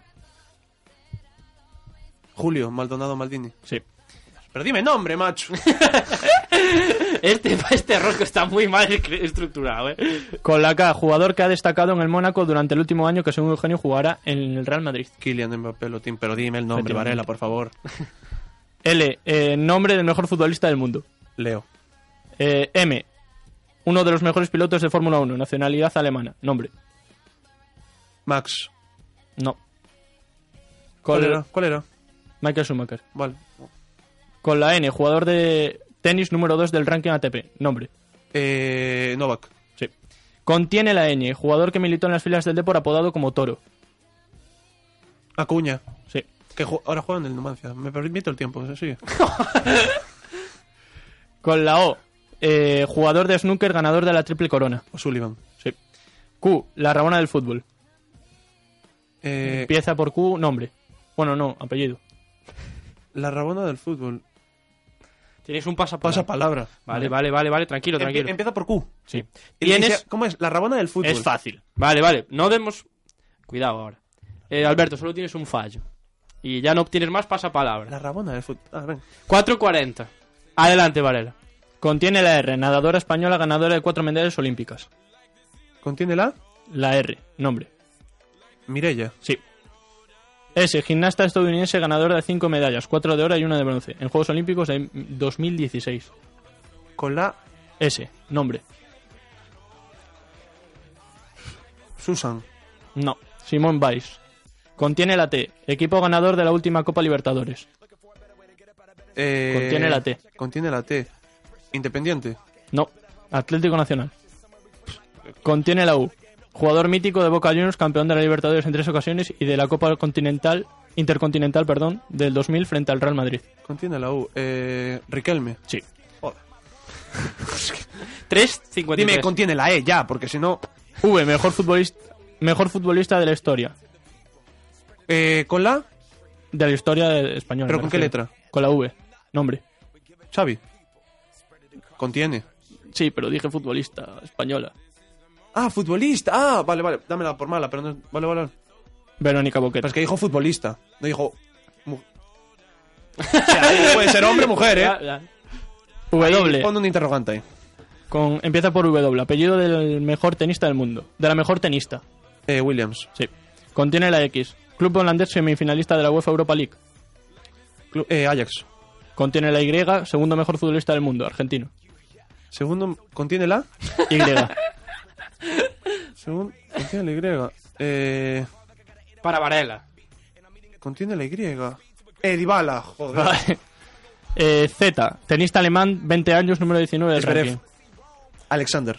Julio Maldonado Maldini. Sí. Pero dime nombre, macho. Este, este rosco está muy mal estructurado, ¿eh? Con la K, jugador que ha destacado en el Mónaco durante el último año que según Eugenio jugará en el Real Madrid. Kylian Mbappé, Lotín, pero dime el nombre, Varela, por favor. L, eh, nombre del mejor futbolista del mundo. Leo. Eh, M, uno de los mejores pilotos de Fórmula uno, nacionalidad alemana. Nombre. Max. No. ¿Cuál Con- era? ¿Cuál era? Michael Schumacher. Vale. Con la N, jugador de tenis número dos del ranking A T P. Nombre. Eh, Novak. Sí. Contiene la Ñ, jugador que militó en las filas del Depor apodado como Toro. Acuña. Sí. Que ju- ahora juega en el Numancia. Me permito el tiempo, sigue. Con la O, eh, jugador de snooker ganador de la triple corona. O'Sullivan. Sí. Q, la Rabona del fútbol. Eh, Empieza por Q, nombre. Bueno, no, apellido. la Rabona del fútbol. Tienes un pasapalabra. Pasapalabra. Vale, vale, vale, vale, tranquilo, Empie- tranquilo. Empieza por Q. Sí. Y Tienes- dice- ¿Cómo es? La Rabona del fútbol. Es fácil. Vale, vale, no demos... Cuidado ahora. Eh, Alberto, solo tienes un fallo. Y ya no obtienes más pasapalabra. La Rabona del fútbol. Ah, ven. cuatro cuarenta. Adelante, Varela. Contiene la R, nadadora española ganadora de cuatro medallas olímpicas. ¿Contiene la? La R, nombre. Mireia. Sí. S, gimnasta estadounidense ganadora de cinco medallas, cuatro de oro y una de bronce, en Juegos Olímpicos de dos mil dieciséis. Con la S, nombre. Susan. No. Simón Biles. Contiene la T, equipo ganador de la última Copa Libertadores. Eh, Contiene la T. Contiene la T. Independiente. No. Atlético Nacional. Contiene la U. Jugador mítico de Boca Juniors, campeón de la Libertadores en tres ocasiones y de la Copa Continental, Intercontinental, perdón, del dos mil frente al Real Madrid. Contiene la U. Eh, Riquelme. Sí. Joder. tres cincuenta y tres. Dime, contiene la E ya, porque si no... V, mejor futbolista, mejor futbolista de la historia. Eh, ¿Con la? De la historia de- española. ¿Pero me con qué refiero. letra? Con la V. Nombre. Xavi. Contiene. Sí, pero dije futbolista española. Ah, futbolista. Ah, vale, vale. Dámela por mala, pero no... Vale, vale. Verónica Boquete. Pero es que dijo futbolista. No dijo... mu- O sea, puede ser hombre o mujer, ¿eh? Ya, ya. W. Pon un interrogante ahí. Con, empieza por W. Apellido del mejor tenista del mundo. De la mejor tenista. Eh, Williams. Sí. Contiene la X. Club holandés semifinalista de la UEFA Europa League. Clu- eh, Ajax. Contiene la Y. Segundo mejor futbolista del mundo. Argentino. Segundo... ¿Contiene la? Y. Segundo... Contiene la Y. Eh... Para Varela. Contiene la Y. Eh, Dybala. Joder. eh, Z. Tenista alemán, veinte años, número diecinueve del Zverev. ranking. Alexander.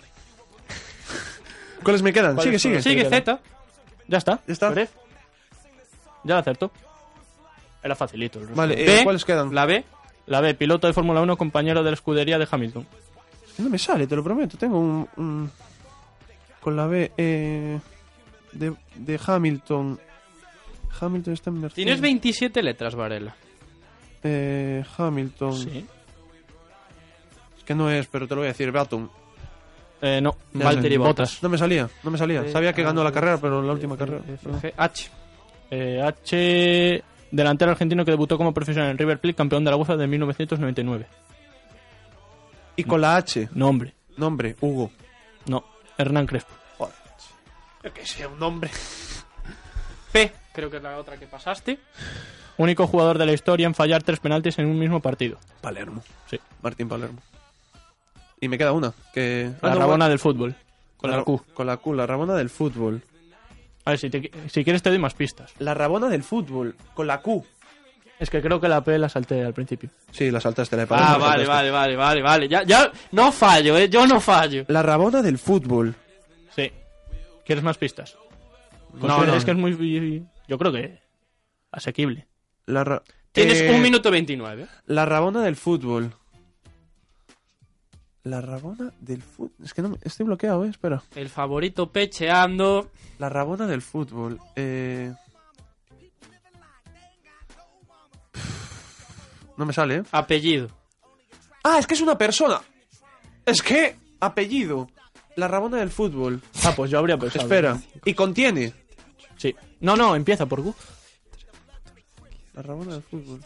¿Cuáles me quedan? Sigue, ¿Cuáles sigue. son? Sigue Z. Ya está. Ya está. Zverev. Ya lo acertó. Era facilito. el resto. Vale, eh, B. ¿cuáles quedan? La B. La B. Piloto de Fórmula uno, compañero de la escudería de Hamilton. No me sale, te lo prometo. Tengo un... un- Con la B... Eh... De, de Hamilton... Hamilton está en Mercedes. Tienes veintisiete letras, Varela. Eh... Hamilton... Sí. Es que no es, pero te lo voy a decir. Baton. Eh, no. Ya Valtteri sé. Bottas. No me salía, no me salía. Sabía que ganó la carrera, pero en la última carrera... G, H. Eh, H. Delantero argentino que debutó como profesional en River Plate, campeón de la UEFA de mil novecientos noventa y nueve. Y con la H. Nombre. Nombre, Hugo. No. Hernán Crespo. Joder. Yo que sea un nombre. P. Creo que es la otra que pasaste. Único jugador de la historia en fallar tres penaltis en un mismo partido. Palermo. Sí. Martín Palermo. Y me queda una. Que... La Ah, no, Rabona bueno. del fútbol. Con la, Ra- Q. Con la Q, la Rabona del fútbol. A ver, si, te- si quieres te doy más pistas. La Rabona del fútbol. Con la Q. Es que creo que la P la salté al principio. Sí, la saltaste. La Ah, Palermo la vale, saltaste. vale, vale, vale, vale. Ya, ya, no fallo, eh. Yo no fallo. La Rabona del fútbol. ¿Quieres más pistas? No, ¿Consideráis no. que es muy... Yo creo que... asequible. La ra- Tienes eh, un minuto veintinueve. La Rabona del fútbol. La Rabona del fútbol. Es que no me... estoy bloqueado, eh. Espera. El favorito pecheando. La Rabona del fútbol. Eh... No me sale, ¿eh? Apellido. Ah, es que es una persona. Es que... Apellido. La Rabona del fútbol. Ah, pues yo habría pensado. Espera. Y contiene. Sí. No, no, empieza por Q. La Rabona del fútbol.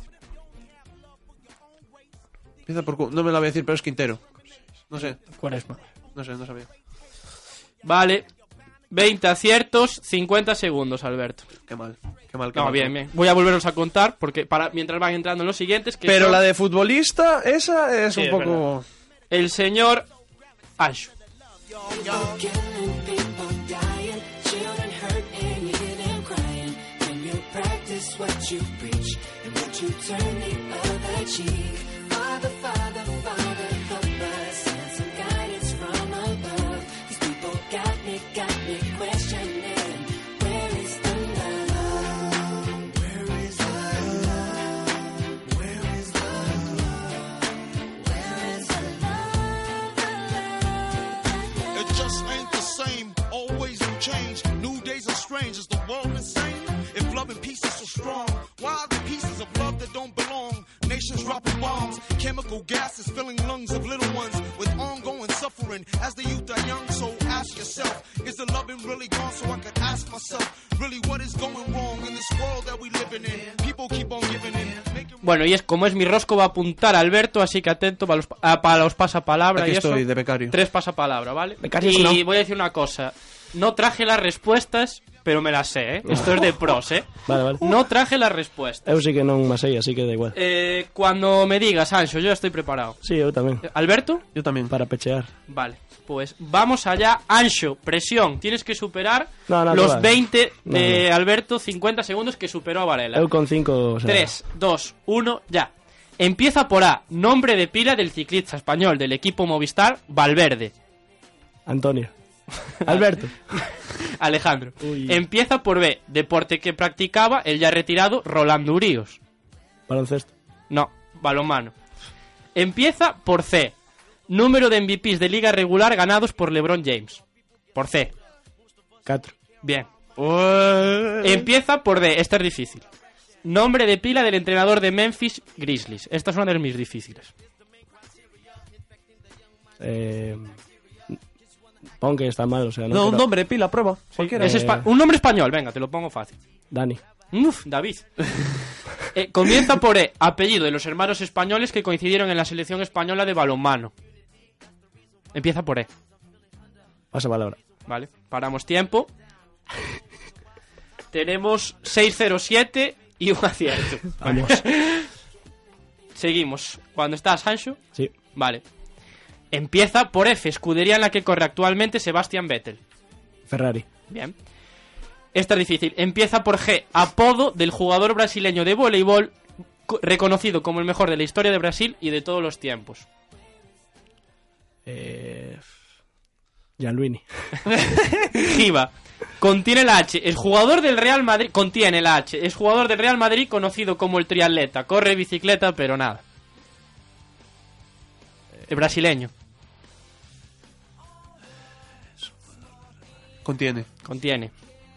Empieza por Q. No me la voy a decir, pero es Quintero. No sé. Cuaresma. No sé, no sabía. Vale. veinte aciertos, cincuenta segundos, Alberto. Qué mal. Qué mal, qué No, mal. bien, bien. Voy a volveros a contar porque para mientras van entrando los siguientes. Que Pero son la de futbolista, esa es Sí, un es poco... el señor Anshu. Killing people, dying, children hurt and you hear them crying. When you practice what you preach, and would you turn the other cheek? Father, Father, Father, help us, send some guidance from above. These people got me, got me questioning. Where is the love? Where is the love? Where is the love? Where is the love? It just ain't the same, always in change. New days are strange, is the world insane? If love and peace is so strong, why are the pieces of love that don't belong? Nations dropping bombs, chemical gases filling lungs of little ones with ongoing suffering as the youth are young. So ask yourself, is the loving really gone? So I could ask myself, really what is going wrong in this world that we living in? People keep on giving in. Making... Bueno, y es como es mi rosco, va a apuntar a Alberto, así que atento para los, a- para los pasapalabra. Aquí y eso. estoy, de becario. Tres pasapalabra, ¿vale? Becarios y no. voy a decir una cosa. No traje las respuestas, pero me las sé, ¿eh? Esto es de pros, ¿eh? Vale, vale. No traje las respuestas. Eu sí que non me sei, así que da igual. Eh, cuando me digas, Anxo, yo ya estoy preparado. Sí, eu tamén. ¿Alberto? Yo también. Para pechear. Vale, pues vamos allá. Anxo, presión. Tienes que superar No, no, los que va. veinte No, de Alberto, cincuenta segundos que superó a Varela. Eu con cinco... O sea, tres, dos, uno, ya. Empieza por A, nombre de pila del ciclista español del equipo Movistar, Valverde. Antonio. Alberto. Alejandro. Uy. Empieza por B, deporte que practicaba el ya retirado Rolando Uríos. Baloncesto. No, balonmano. Empieza por C, número de M V Pes de liga regular ganados por LeBron James. Por C. Catro. Bien. Empieza por D, esta es difícil. Nombre de pila del entrenador de Memphis Grizzlies. Esta es una de mis difíciles. Eh... Pon que está mal, o sea... No, un quiero- nombre, pila, prueba. Cualquiera. Es espa- un nombre español, venga, te lo pongo fácil. Dani. Uf, David. Eh, comienza por E, apellido de los hermanos españoles que coincidieron en la selección española de balonmano. Empieza por E. Pasa palabra. Vale, paramos tiempo. Tenemos seis cero siete y un acierto. Vamos. Seguimos. ¿Cuándo estás, Sancho? Sí. Vale. Empieza por F, escudería en la que corre actualmente Sebastian Vettel. Ferrari. Bien. Esta es difícil. Empieza por G, apodo del jugador brasileño de voleibol co- reconocido como el mejor de la historia de Brasil y de todos los tiempos. Eh... Gianluini. Giva. Contiene la H. Es jugador del Real Madrid. Contiene la H. Es jugador del Real Madrid conocido como el triatleta. Corre bicicleta, pero nada. El brasileño. Contiene. Contiene.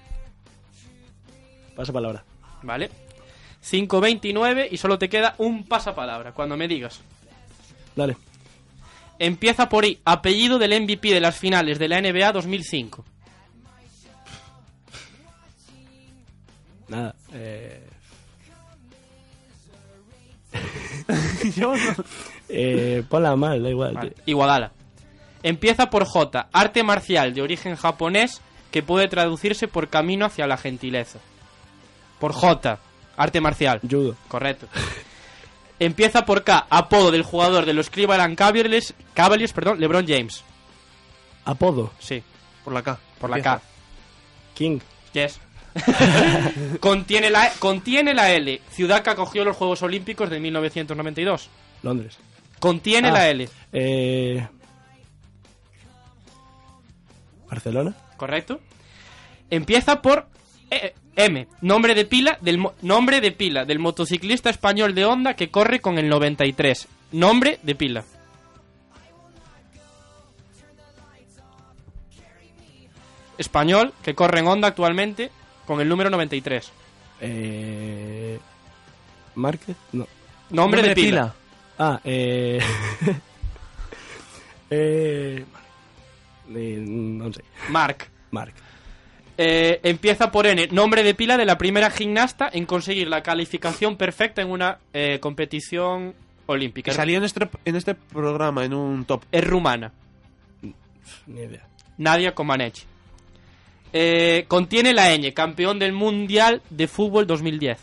Pasa palabra. Vale. cinco veintinueve y solo te queda un pasapalabra. Cuando me digas. Dale. Empieza por I. Apellido del M V P de las finales de la N B A dos mil cinco. Nada. Eh... Yo no. eh, ponla mal, da igual. Vale. tío. Iguadala. Empieza por J. Arte marcial de origen japonés que puede traducirse por camino hacia la gentileza. Por J. Arte marcial. Judo. Correcto. Empieza por K. Apodo del jugador de los Cleveland Cavaliers, Cavaliers, perdón, LeBron James. Apodo. Sí, Por la K. por la Empieza. K. King. Yes. contiene, la, contiene la L. Ciudad que acogió los Juegos Olímpicos de mil novecientos noventa y dos. Londres. Contiene Ah. la L. Eh... Barcelona. Correcto. Empieza por eh, M. Nombre de pila del mo- nombre de pila del motociclista español de Honda que corre con el noventa y tres. Nombre de pila. Español que corre en Honda actualmente con el número noventa y tres. Eh... ¿Márquez? No. Nombre, de, pila. Ah, eh... eh... eh... No sé. Marc. Marc. Eh, empieza por N. Nombre de pila de la primera gimnasta en conseguir la calificación perfecta en una eh, competición olímpica. Que salió en este, en este programa, en un top. Es rumana. Ni idea. Nadia Comaneci. Eh, contiene la ñ. Campeón del Mundial de Fútbol dos mil diez.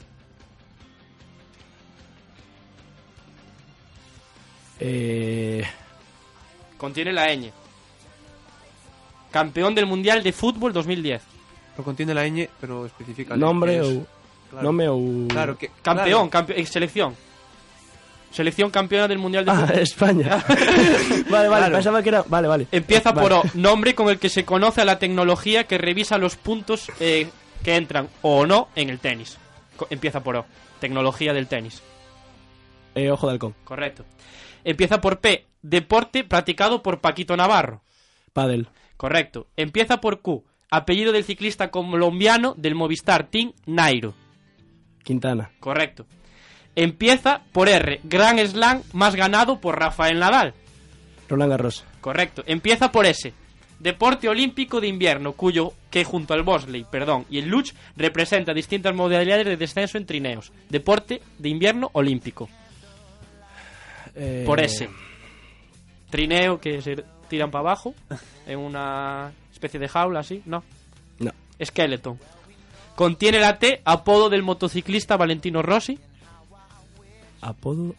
Eh... Contiene la ñ. Campeón del Mundial de Fútbol dos mil diez. Lo contiene la ñ, pero especifica. Nombre que es- o... Claro. Nombre o... Claro, que... Campeón, claro. campe- eh, selección. Selección campeona del Mundial de Ah, Fútbol. España. Vale, vale, Claro. pensaba que era... Vale, vale. Empieza Vale. por O. Nombre con el que se conoce a la tecnología que revisa los puntos eh, que entran o no en el tenis. Co- Empieza por O. Tecnología del tenis. Eh, ojo de halcón. Correcto. Empieza por P. Deporte practicado por Paquito Navarro. Pádel. Correcto. Empieza por Q. Apellido del ciclista colombiano del Movistar Team Nairo. Quintana. Correcto. Empieza por R. Grand Slam más ganado por Rafael Nadal. Roland Garros. Correcto. Empieza por S. Deporte olímpico de invierno, cuyo que junto al bobsleigh, perdón, y el luge representa distintas modalidades de descenso en trineos. Deporte de invierno olímpico. Eh... Por S. Trineo que se tiran para abajo en una especie de jaula así, no. No. Skeleton. Contiene la T, apodo del motociclista Valentino Rossi. Apodo...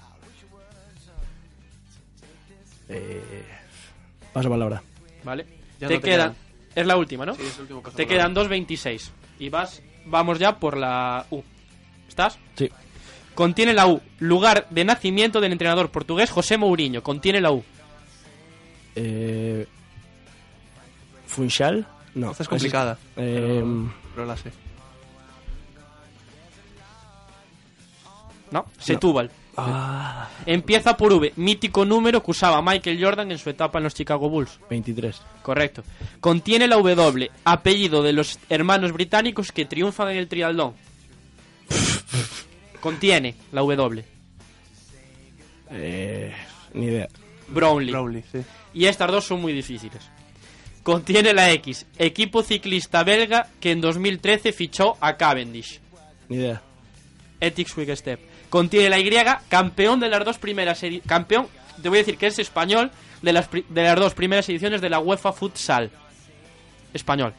Eh... Paso palabra. Vale. Ya te no te quedan... quedan. Es la última, ¿no? Sí, es el último caso Te palabra. quedan dos veintiséis. Y vas... Vamos ya por la U. ¿Estás? Sí. Contiene la U. Lugar de nacimiento del entrenador portugués José Mourinho. Contiene la U. Eh... Funchal. No. Esta es complicada. Eh... Pero, pero la sé. No. Setúbal. Ah... Empieza por V. Mítico número que usaba Michael Jordan en su etapa en los Chicago Bulls. veintitrés. Correcto. Contiene la W. Apellido de los hermanos británicos que triunfan en el triatlón. Contiene la W. Eh... Ni idea. Brownlee. Brownlee, sí. Y estas dos son muy difíciles. Contiene la X. Equipo ciclista belga que en dos mil trece fichó a Cavendish. Ni idea. Ethics Quick Step. Contiene la Y. Campeón de las dos primeras edi- Campeón, te voy a decir que es español de las, pri- de las dos primeras ediciones de la UEFA Futsal. Español.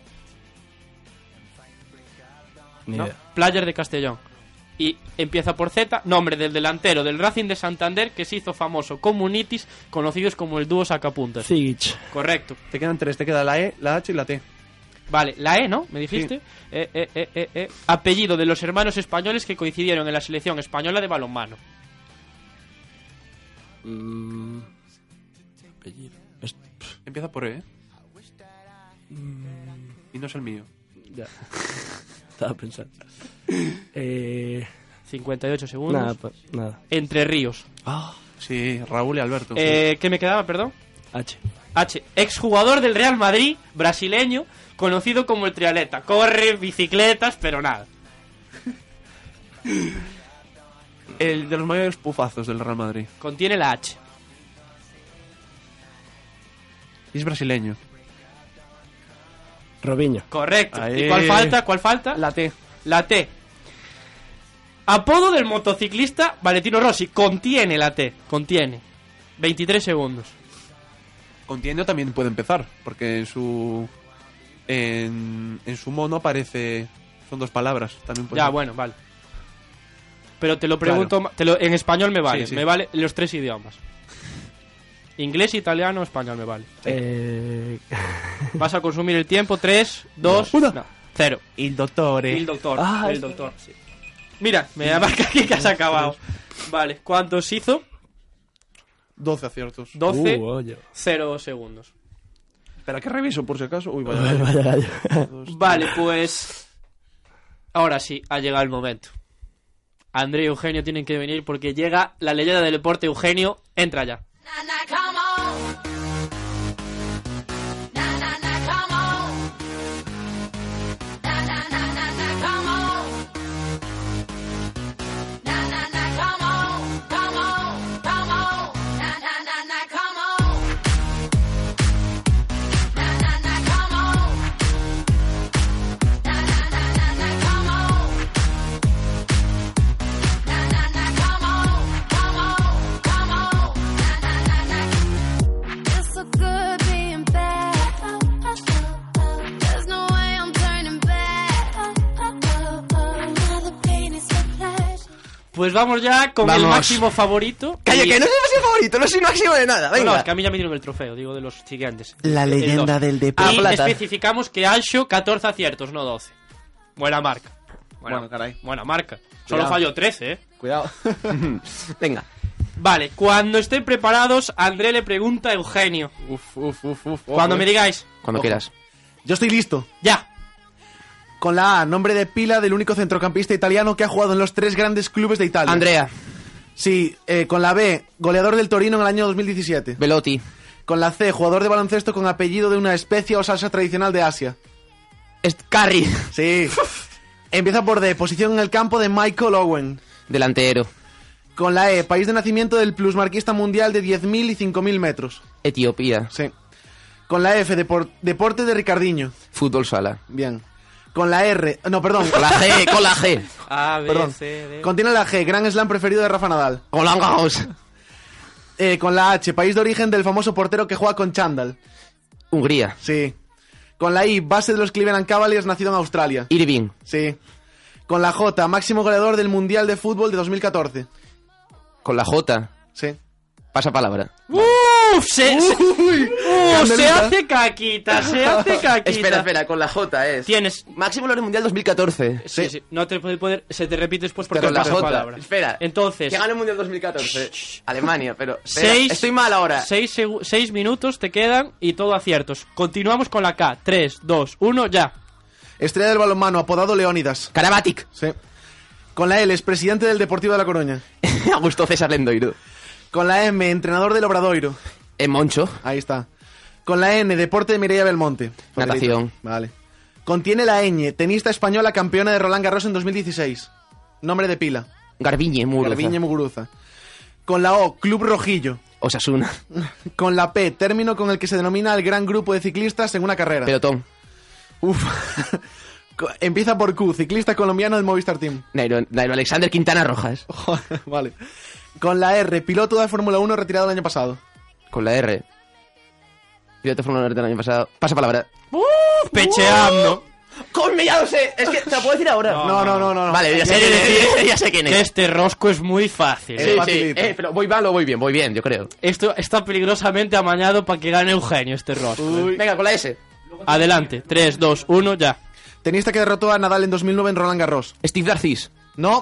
Ni ¿no? idea. Player de Castellón. Y empieza por Z, nombre del delantero del Racing de Santander que se hizo famoso con Munitis, conocidos como el dúo sacapuntas. Zigic. Correcto. Te quedan tres, te queda la E, la H y la T. Vale, la E, ¿no? ¿Me dijiste? Sí. Eh, eh, eh, eh, eh. Apellido de los hermanos españoles que coincidieron en la selección española de balonmano. Mm... Apellido. Es- Empieza por E, ¿eh? Y no es el mío. Ya. Estaba pensando. Eh... cincuenta y ocho segundos. Nada, pa- nada. Entre Ríos. Ah, sí, Raúl y Alberto. Eh, ¿Qué me quedaba, perdón? H. H. Exjugador del Real Madrid, brasileño, conocido como el triatleta. Corre, bicicletas, pero nada. El de los mayores pufazos del Real Madrid. Contiene la H. Y es brasileño. Robinho. Correcto. Ahí. ¿Y cuál falta? ¿Cuál falta? La T. La T. Apodo del motociclista Valentino Rossi. Contiene la T. Contiene. veintitrés segundos. Contiene también puede empezar, porque en su en, en su mono aparece, son dos palabras, también puede Ya, ser. bueno, vale. Pero te lo pregunto, ma- te lo, en español me vale, Sí, sí. me vale los tres idiomas. Inglés, italiano, español me vale. Eh... Vas a consumir el tiempo, tres, dos, Uno. no, cero. Il dottore. El doctor, Ah, el es doctor, sí. Mira, me marca aquí que has acabado. Vale, ¿cuántos hizo? doce aciertos. doce, Uh, oye. cero segundos. Espera, que reviso por si acaso. Uy, vaya. Vaya, vaya gallo. Vale, pues... Ahora sí, ha llegado el momento. André y Eugenio tienen que venir porque llega la leyenda del deporte. Eugenio, entra ya. It's so good being bad. There's no way I'm turning back. Now the pain is a pleasure. Pues vamos ya con el Vamos. máximo favorito. Calla, Y- que no es el máximo favorito, no soy máximo de nada, No, venga. no, es que a mí ya me dieron el trofeo, digo de los siguientes. La El leyenda dos. del deporte. Y Ah, plata. especificamos que Alsho catorce aciertos, no doce. Buena marca. Buena, Bueno, caray. Buena marca. Solo Cuidado. falló trece, ¿eh? Cuidado. Venga. Vale, cuando estén preparados, André le pregunta a Eugenio. Uf, uf, uf, uf. Cuando ojo, me eh. digáis. Cuando Ojo. quieras. Yo estoy listo. Ya. Con la A, nombre de pila del único centrocampista italiano que ha jugado en los tres grandes clubes de Italia. Andrea. Sí, eh, con la B, goleador del Torino en el año dos mil diecisiete. Velotti. Con la C, jugador de baloncesto con apellido de una especia o salsa tradicional de Asia. Curry. Sí. Empieza por D, posición en el campo de Michael Owen. Delantero. Con la E, país de nacimiento del plusmarquista mundial de diez mil y cinco mil metros. Etiopía. Sí. Con la F, depor- deporte de Ricardinho. Fútbol sala. Bien. Con la R, no, perdón. Con la G, con la G. A, B, Perdón. C, D. Contiene la G, gran slam preferido de Rafa Nadal. Roland Garros. Eh, con la H, país de origen del famoso portero que juega con chándal. Hungría. Sí. Con la I, base de los Cleveland Cavaliers, nacido en Australia. Irving. Sí. Con la J, máximo goleador del Mundial de Fútbol de dos mil catorce. Con la J. Sí. Pasa palabra. ¡Uf! Se, se, Uy, ¡Uh! se Candelita. hace caquita, se hace caquita. Espera, espera, con la J es. Tienes. Máximo goleador mundial dos mil catorce. Sí, sí. No te puede poder. Se te repite después porque Con la pasa J. palabra. Espera. Entonces. Que gana el mundial dos mil catorce. Alemania, pero. espera, Seis, Estoy mal ahora. Seis, segu- seis minutos te quedan y todo aciertos. Continuamos con la K. tres, dos, uno, ya. Estrella del balonmano, apodado Leónidas. Karabatic. Sí. Con la L, expresidente del Deportivo de La Coruña. Augusto César Lendoiro. Con la M, entrenador del Obradoiro. En Moncho. Ahí está. Con la N, deporte de Mireia Belmonte. Natación. Vale. Contiene la ñ, tenista española campeona de Roland Garros en dos mil dieciséis. Nombre de pila. Garbiñe Muguruza. Garbiñe Muguruza. Con la O, Club Rojillo. Osasuna. Con la P, término con el que se denomina el gran grupo de ciclistas en una carrera. Pelotón. Uf. Co- Empieza por Q, ciclista colombiano del Movistar Team. Nairo, Nairo Alexander Quintana Rojas. Joder, vale. Con la R, piloto de Fórmula uno retirado el año pasado. Con la R. Piloto Fórmula uno del año pasado. Pasa palabra. ¡Uh! Pecheando. ¡Come, ya lo sé! Es que te lo puedo decir ahora. No, No, no, no, no. no. Vale, ya sé Quiere quién decir es. Ya sé quién Que es. este rosco es muy fácil. Sí, Es sí. facilito. Eh, pero voy mal o voy bien. Voy bien, yo creo. Esto está peligrosamente amañado para que gane Eugenio este rosco. Uy. Venga, con la S. Adelante. tres, dos, uno, ya. Tenista que derrotó a Nadal en dos mil nueve en Roland Garros. Steve Darcis. No.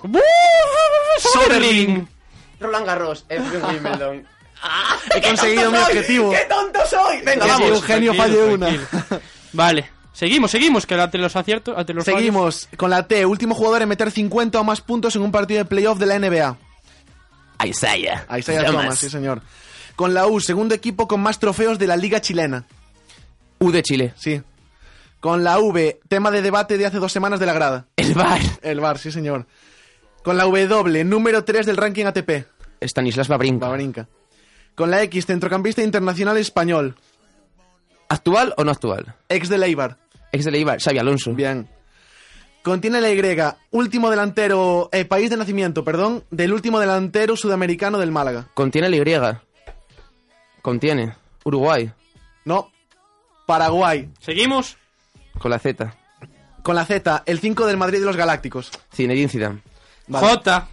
Soderling. Roland Garros. F en Wimbledon. ¡Ah! He conseguido mi objetivo. ¡Qué tonto soy! Venga, Que si vamos. Eugenio tranquilo, falle una. tranquilo. Vale. Seguimos, seguimos, que ante los aciertos, ante los fallos- Seguimos con la T, último jugador en meter cincuenta o más puntos en un partido de playoff de la N B A. Isaiah. Isaiah Thomas, sí señor. Con la U, segundo equipo con más trofeos de la Liga Chilena. U de Chile. Sí. Con la V, tema de debate de hace dos semanas de la grada. El Bar. El V A R, sí señor. Con la W, número tres del ranking A T P. Stanislas Wawrinka. Wawrinka. Con la X, centrocampista internacional español. ¿Actual o no actual? Ex de Leibar. Ex de Leibar. Xavi Alonso. Bien. Contiene la Y, último delantero, eh, país de nacimiento, perdón, del último delantero sudamericano del Málaga. Contiene la Y. Contiene. Uruguay. No. Paraguay. Seguimos. Con la Z. Con la Z, el cinco del Madrid de los Galácticos. Zinedine Zidane. Vale. J.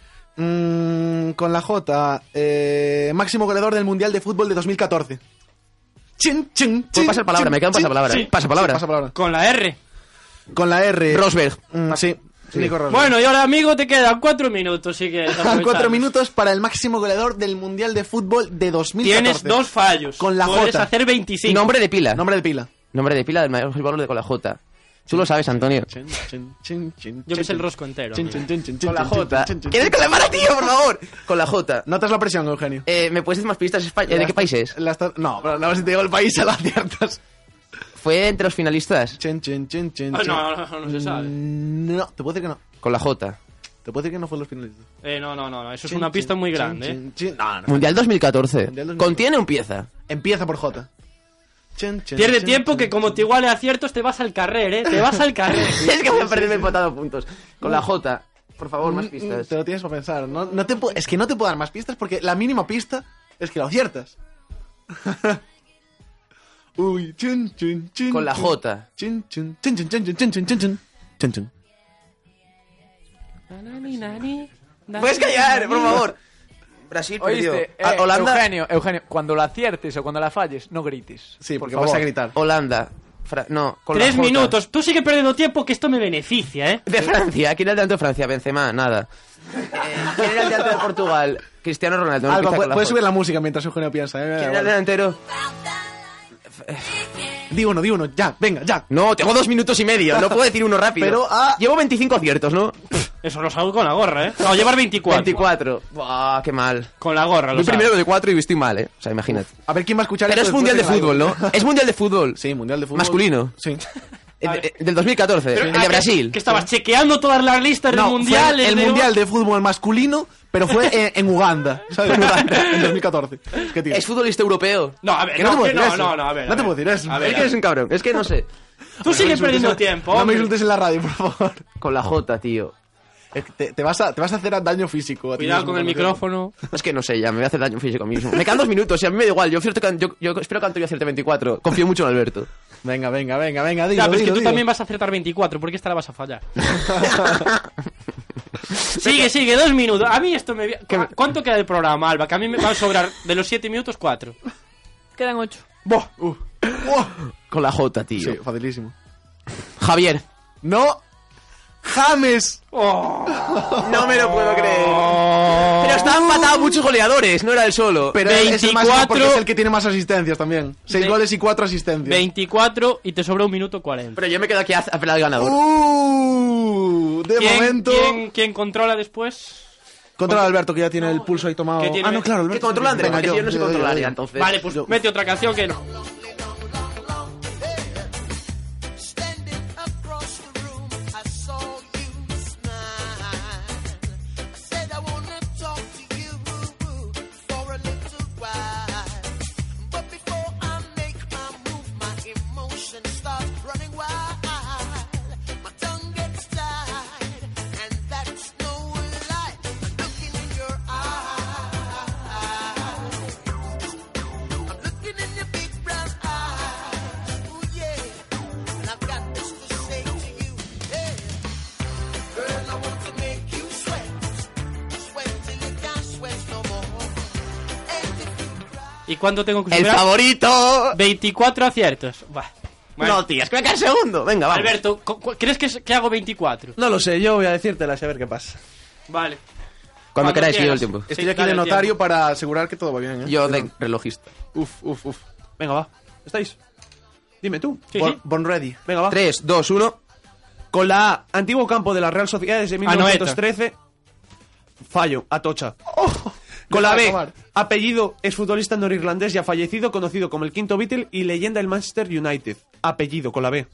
Mm, con la J, eh, máximo goleador del Mundial de Fútbol de dos mil catorce. Chin, chin, Puedo chin, pasar palabra, chin, me quedo en chin. pasapalabra. Sí. Pasapalabra. Sí, pasapalabra. Con la R. Con la R. Rosberg. Mm, sí. Sí. Nico Rosberg. Bueno, y ahora, amigo, te quedan cuatro minutos, sí que... Cuatro minutos para el máximo goleador del Mundial de Fútbol de dos mil catorce. Tienes dos fallos. Con la Puedes J. hacer veinticinco. Nombre de pila. Nombre de pila. Nombre de pila del mayor jugador de con la J. Tú lo sabes, Antonio. Yo me sé el rosco entero. Con la J. ¿Quieres con la mala, tío, por favor? Con la J. Notas la presión, Eugenio. Eh, ¿Me puedes decir más pistas? Espa- ¿De qué país es? La esta- No, pero a ver si te digo el país, se lo aciertas. ¿Fue entre los finalistas? Chen, chen, chen, chen, Ah, chen. no, no, no, no se sabe. No, te puedo decir que no. Con la J. Te puedo decir que no fue los finalistas. Eh, no, no, no, no, eso es Chin, una pista chin, muy chin, grande, chin, eh. chin. No, no. Mundial dos mil catorce. Mundial dos mil catorce. ¿Contiene o empieza? Empieza por J. Chen, chen, Pierde chen, tiempo chen, que como chen. te iguale aciertos te vas al carrer, eh. Te vas al carrer. Es que voy a perderme empatado puntos. Con la J. Por favor, más Mm, mm, pistas. Te lo tienes para pensar. No, no te pu- es que no te puedo dar más pistas porque la mínima pista es que lo aciertas. Uy, chun, chun, chun, Con la chun. J. Chun, chun, chun, chun, chun, chun, chun, chun, chun. Chun, chun. ¿Puedes callar, por favor? Brasil perdió. Oíste, Ah, eh, Holanda. Eugenio, Eugenio, cuando la aciertes o cuando la falles, no grites. Sí, por porque favor. vas a gritar. Holanda. Fra- no, con Tres la J. minutos. Tú sigue perdiendo tiempo que esto me beneficia, eh. De Francia. ¿Quién era el delante de Francia? Benzema, nada. Eh, ¿Quién era el delante de Portugal? Cristiano Ronaldo. No Alba, empieza pu- con la puedes J. subir la música mientras Eugenio piensa. Eh, ¿Quién era el delantero? Di uno, di uno, ya, venga, ya. No, tengo dos minutos y medio. No puedo decir uno rápido. Pero, ah. Llevo veinticinco aciertos, ¿no? Eso lo salgo con la gorra, eh. No, llevar veinticuatro. veinticuatro. Buah, qué mal. Con la gorra, lo Voy sabes. primero de cuatro y estoy mal, ¿eh? O sea, imagínate. A ver quién va a escuchar Pero esto es mundial de después fútbol, live. ¿no? Es mundial de fútbol. Sí, mundial de fútbol. Masculino. Sí. El de- del dos mil catorce, Pero, el ah, de que- Brasil. Que estabas chequeando todas las listas No, de fue mundiales. el de- mundial de fútbol masculino, pero fue en, en Uganda, ¿sabes? En Uganda, en dos mil catorce. Es que, tío. Es futbolista europeo. No, a ver, Que no, no, te puedo que decir no, eso. no, no, a ver. No a te ver. puedo decir eso. A ver, Es que eres un cabrón. Es que no sé. Tú sigues perdiendo tiempo, No me hombre. insultes en la radio, por favor. Con la J, tío. Es que Te, te vas a, te vas a hacer daño físico. a ti Cuidado mismo, con el ¿no? micrófono. Es que no sé, ya me voy a hacer daño físico mismo. Me quedan dos minutos y a mí me da igual. Yo, cierto que- yo, yo espero que Antonio acierte veinticuatro. Confío mucho en Alberto. Venga, venga, venga, venga, dilo, Ya, pero es que dilo, tú dilo. también vas a acertar veinticuatro, porque esta la vas a fallar. Sigue, sigue, dos minutos. A mí esto me... vi- ¿Cu- ¿Cuánto queda el programa, Alba? Que a mí me va a sobrar de los siete minutos, cuatro. Quedan ocho. Buah, uh, buah. Con la J, tío. Sí, facilísimo. Javier. No. James. No me lo puedo creer. Pero estaban empatados muchos goleadores, no era el solo. Pero es el máximo veinticuatro. porque es el que tiene más asistencias también. Seis Ve- goles y cuatro asistencias. veinticuatro y te sobra un minuto cuarenta. Pero yo me quedo aquí a a pelar al ganador. Uh, de ¿Quién, momento. ¿quién, quién controla después? Controla a Alberto, que ya tiene el pulso ahí tomado. Que tiene- Ah, no, claro, Alberto. ¿Qué controla Andrés? Venga, Porque si yo no sé yo, yo, controlar yo, ya, yo. entonces. Vale, pues yo- mete otra canción que no. Standing across the room, I saw you smile. I said I wanna talk to you for a little while. But before I make my move, my emotions start running wild. My tongue gets tied, and that's no lie. I'm looking in your eyes. I'm looking in your big brown eyes. Ooh, yeah. And I've got this to say to you. Hey, girl, I want to make you sweat. Sweat till you can't sweat no more. And if you cry, ¿Y cuánto tengo que ¡El superar? favorito! veinticuatro aciertos. Buah. Bueno. No, tío, es que me queda el segundo. Venga, vamos. Alberto, cu- cu- ¿crees que, es- que hago veinticuatro? No lo sé, yo voy a decírtelas a ver qué pasa. Vale. Cuando queráis, yo quieras. el tiempo. Estoy Sí, aquí dale de el notario tiempo. para asegurar que todo va bien, ¿eh? Yo de relojista. Uf, uf, uf. Venga, va. ¿Estáis? Dime tú. Sí, Bon, sí. bon ready. Venga, va. tres, dos, uno. Con la A, antiguo campo de la Real Sociedad desde mil novecientos trece. Fallo, Atocha. Con la Deja de B, acabar. apellido exfutbolista norirlandés ya fallecido, conocido como el quinto Beatle y leyenda del Manchester United. Apellido, con la B.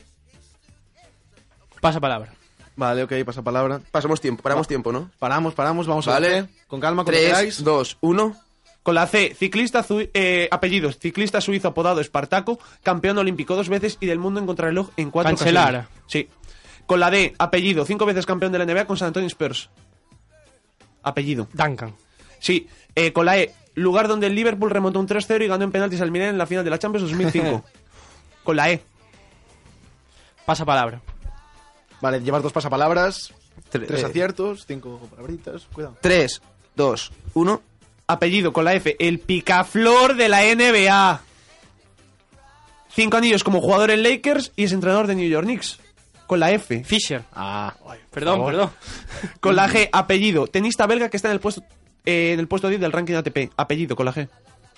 Pasa palabra. Vale, ok, pasa palabra. Pasamos tiempo, paramos tiempo, ¿no? Paramos, paramos, vamos a Vale. ver. Con calma, cuando tres, queráis. dos, uno. Con la C, ciclista zu- eh, apellidos, ciclista suizo apodado Espartaco, campeón olímpico dos veces y del mundo en contrarreloj en cuatro Cancelara. ocasiones. Sí. Con la D, apellido, cinco veces campeón de la N B A con San Antonio Spurs. Apellido. Duncan. Sí. Eh, con la E, lugar donde el Liverpool remontó un tres cero y ganó en penaltis al Milan en la final de la Champions dos mil cinco. Con la E. Pasa palabra. Vale, llevas dos pasapalabras, Tre- tres eh. aciertos, cinco palabritas. Cuidado. tres, dos, uno. Apellido, con la F, el picaflor de la N B A. Cinco anillos como jugador en Lakers y es entrenador de New York Knicks. con la F. Fischer. Ah, Perdón, favor. perdón. Con la G, apellido. Tenista belga que está en el puesto eh, en el puesto diez del ranking A T P. Apellido, con la G.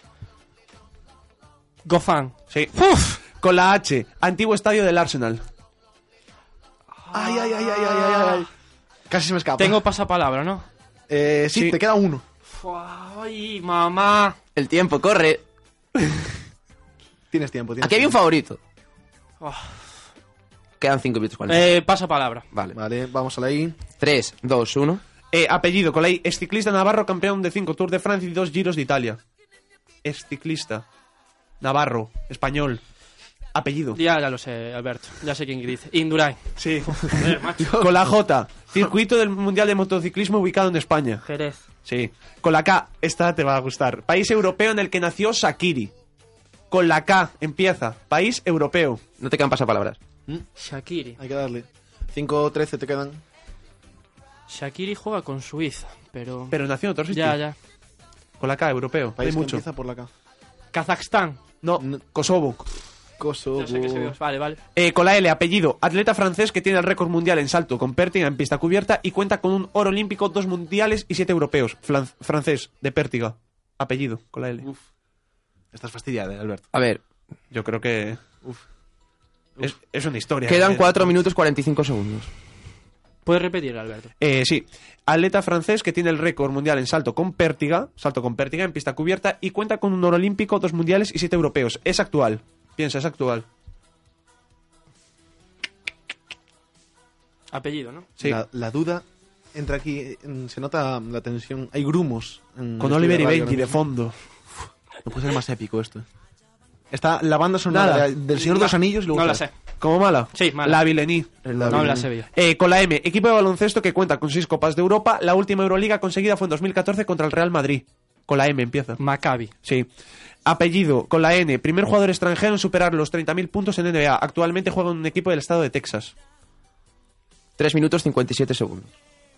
Goffin. Sí. Con la H, antiguo estadio del Arsenal. Ay, ay, ay, ay, ay, ay, ay. Casi se me escapa. Tengo pasapalabra, ¿no? Eh, sí, Sí. te queda uno. Ay, mamá. El tiempo corre. Tienes tiempo. Tienes Aquí había un tiempo. favorito. Oh. Quedan cinco minutos. cuarenta. Eh, pasapalabra. Vale. Vale, vamos a la I. tres, dos, uno. Eh, apellido, con la I, es ciclista navarro, campeón de cinco Tours de Francia y dos Giros de Italia. Es ciclista. Navarro, español. Apellido. Ya, ya lo sé, Alberto. Ya sé quién dice. Indurain. Sí. Joder, macho. Con la J, circuito del Mundial de Motociclismo ubicado en España. Jerez. Sí. Con la K, esta te va a gustar. País europeo en el que nació Shaqiri. Con la K, empieza. País europeo. No te quedan pasapalabras. Shaqiri. Hay que darle. cinco, trece te quedan. Shaqiri juega con Suiza, pero... Pero nació en otro sitio. Ya, ya. Con la K, europeo. País Hay que mucho. empieza por la K. Kazajstán. No, Kosovo. Kosovo. No sé qué se ve. Vale, vale. Eh, con la L, apellido, atleta francés que tiene el récord mundial en salto con pértiga en pista cubierta y cuenta con un oro olímpico, dos mundiales y siete europeos. Flan- francés, de pértiga. Apellido, con la L. Uf. Estás fastidiada, Alberto. A ver, Yo creo que... Uf. Es, es una historia. quedan Eh, cuatro minutos cuarenta y cinco segundos. ¿Puedes repetir, Alberto? Eh, sí. Atleta francés que tiene el récord mundial en salto con pértiga, salto con pértiga en pista cubierta y cuenta con un oro olímpico, dos mundiales y siete europeos. Es actual. Piensa, es actual. Apellido, ¿no? Sí. La, la duda entra aquí. eh, Se nota la tensión. Hay grumos. en Con el Oliver y estudio radio Benji de ahora mismo. fondo. No puede ser más épico esto. Está la banda sonora Nada. de- del Señor de los Anillos. y luego No la otra. sé. ¿Como mala? Sí, mala. La Vilení. No la sé bien. Eh, con la M, equipo de baloncesto que cuenta con seis Copas de Europa. La última Euroliga conseguida fue en dos mil catorce contra el Real Madrid. Con la M empieza. Maccabi. Sí. Apellido, con la N, primer jugador extranjero en superar los treinta mil puntos en N B A. Actualmente juega en un equipo del estado de Texas. tres minutos cincuenta y siete segundos.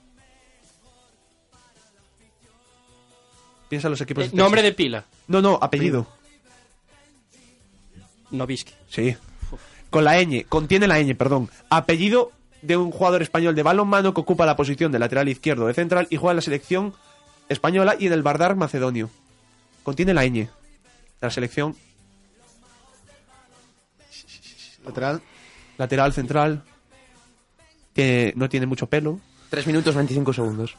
Piensa en los equipos Eh, de Texas. nombre de pila. No, no, apellido. Novisky. Sí. Con la ñ, contiene la ñ, perdón. Apellido de un jugador español de balonmano que ocupa la posición de lateral izquierdo de central y juega en la selección española y en el Vardar macedonio. Contiene la ñ. La selección Lateral. lateral, central. Tiene- no tiene mucho pelo. tres minutos veinticinco segundos.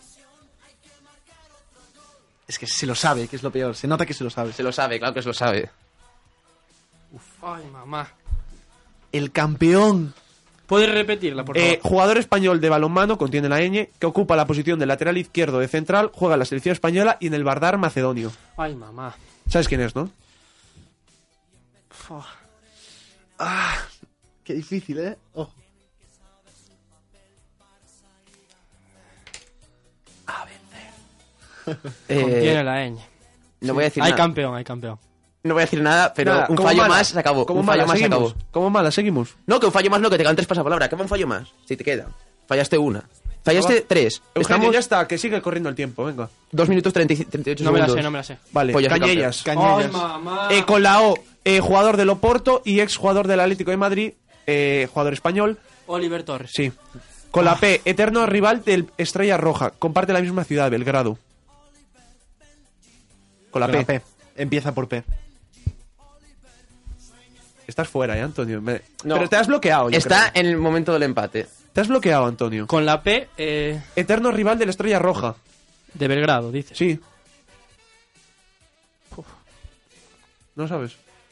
Es que se lo sabe, que es lo peor. Se nota que se lo sabe. Se lo sabe, claro que se lo sabe. Ay, mamá. El campeón. ¿Puedes repetirla, por favor? Eh, jugador español de balonmano, contiene la ñ, que ocupa la posición de lateral izquierdo de central, juega en la selección española y en el Vardar macedonio. Ay, mamá. ¿Sabes quién es, no? Ah, qué difícil, ¿eh? Ojo. Eh, Contiene la ñ. No voy a decir Hay nada. campeón, hay campeón. No voy a decir nada, pero Nada, un como fallo mala. más se acabó. Como un mala, fallo más se seguimos. acabó. Como mala, seguimos. No, que un fallo más no, que te quedan tres pasapalabras. Que un fallo más. Si te queda. Fallaste una. Fallaste tres. Eugenio, Estamos ya está, que sigue corriendo el tiempo, venga. dos minutos treinta y ocho No me la segundos. sé, no me la sé. Vale, Pues ya soy Cañellas. Cañellas. Ay, mamá. Eh, con la O, eh, jugador del Oporto y ex jugador del Atlético de Madrid, eh, jugador español, Oliver Torres. sí. Con la P, eterno rival del Estrella Roja, comparte la misma ciudad, Belgrado. Con la, Con la P. P. Empieza por P. Estás fuera, ¿eh, Antonio? Me- No. Pero te has bloqueado, yo Está creo. en el momento del empate. Te has bloqueado, Antonio. Con la P eh, Eterno rival del Estrella Roja. de Belgrado, dices. Sí. No sabes.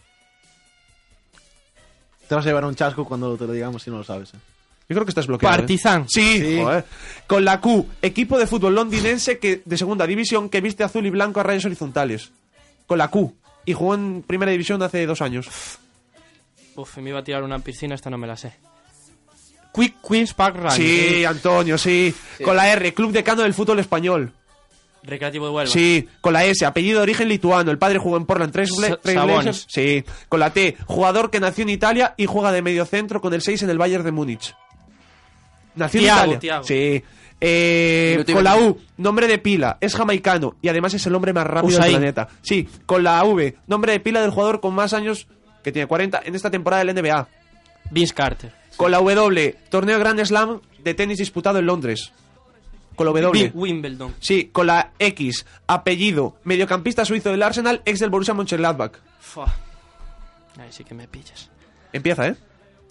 Te vas a llevar un chasco cuando te lo digamos si no lo sabes. ¿eh? Yo creo que estás bloqueado. ¿eh? Partizan. Sí, Sí. joder. Con la Q, equipo de fútbol londinense que, de segunda división que viste azul y blanco a rayas horizontales. Con la Q. Y jugó en primera división hace dos años. Uf, me iba a tirar una piscina, esta no me la sé. Quick Queens Park Run. Sí, Antonio, sí. Con la R, club decano del fútbol español. Recreativo de Huelva. Sí. Con la S, apellido de origen lituano. El padre jugó en Portland Trail Sa- Trail Sabonis. Blazers. Sí. Con la T, jugador que nació en Italia y juega de mediocentro con el seis en el Bayern de Múnich. Nació Thiago, en Italia. Thiago. Sí. Eh, Minuto y con la U, veinticinco. nombre de pila, es jamaicano y además es el hombre más rápido Usain. del planeta. Sí, con la V, nombre de pila del jugador con más años, que tiene cuarenta, en esta temporada del N B A. Vince Carter. Con la W, torneo Grand Slam de tenis disputado en Londres. Con la W. Big Wimbledon. Sí, con la X, apellido, mediocampista suizo del Arsenal, ex del Borussia Mönchengladbach. Fua. Ahí sí que me pillas. Empieza, ¿eh?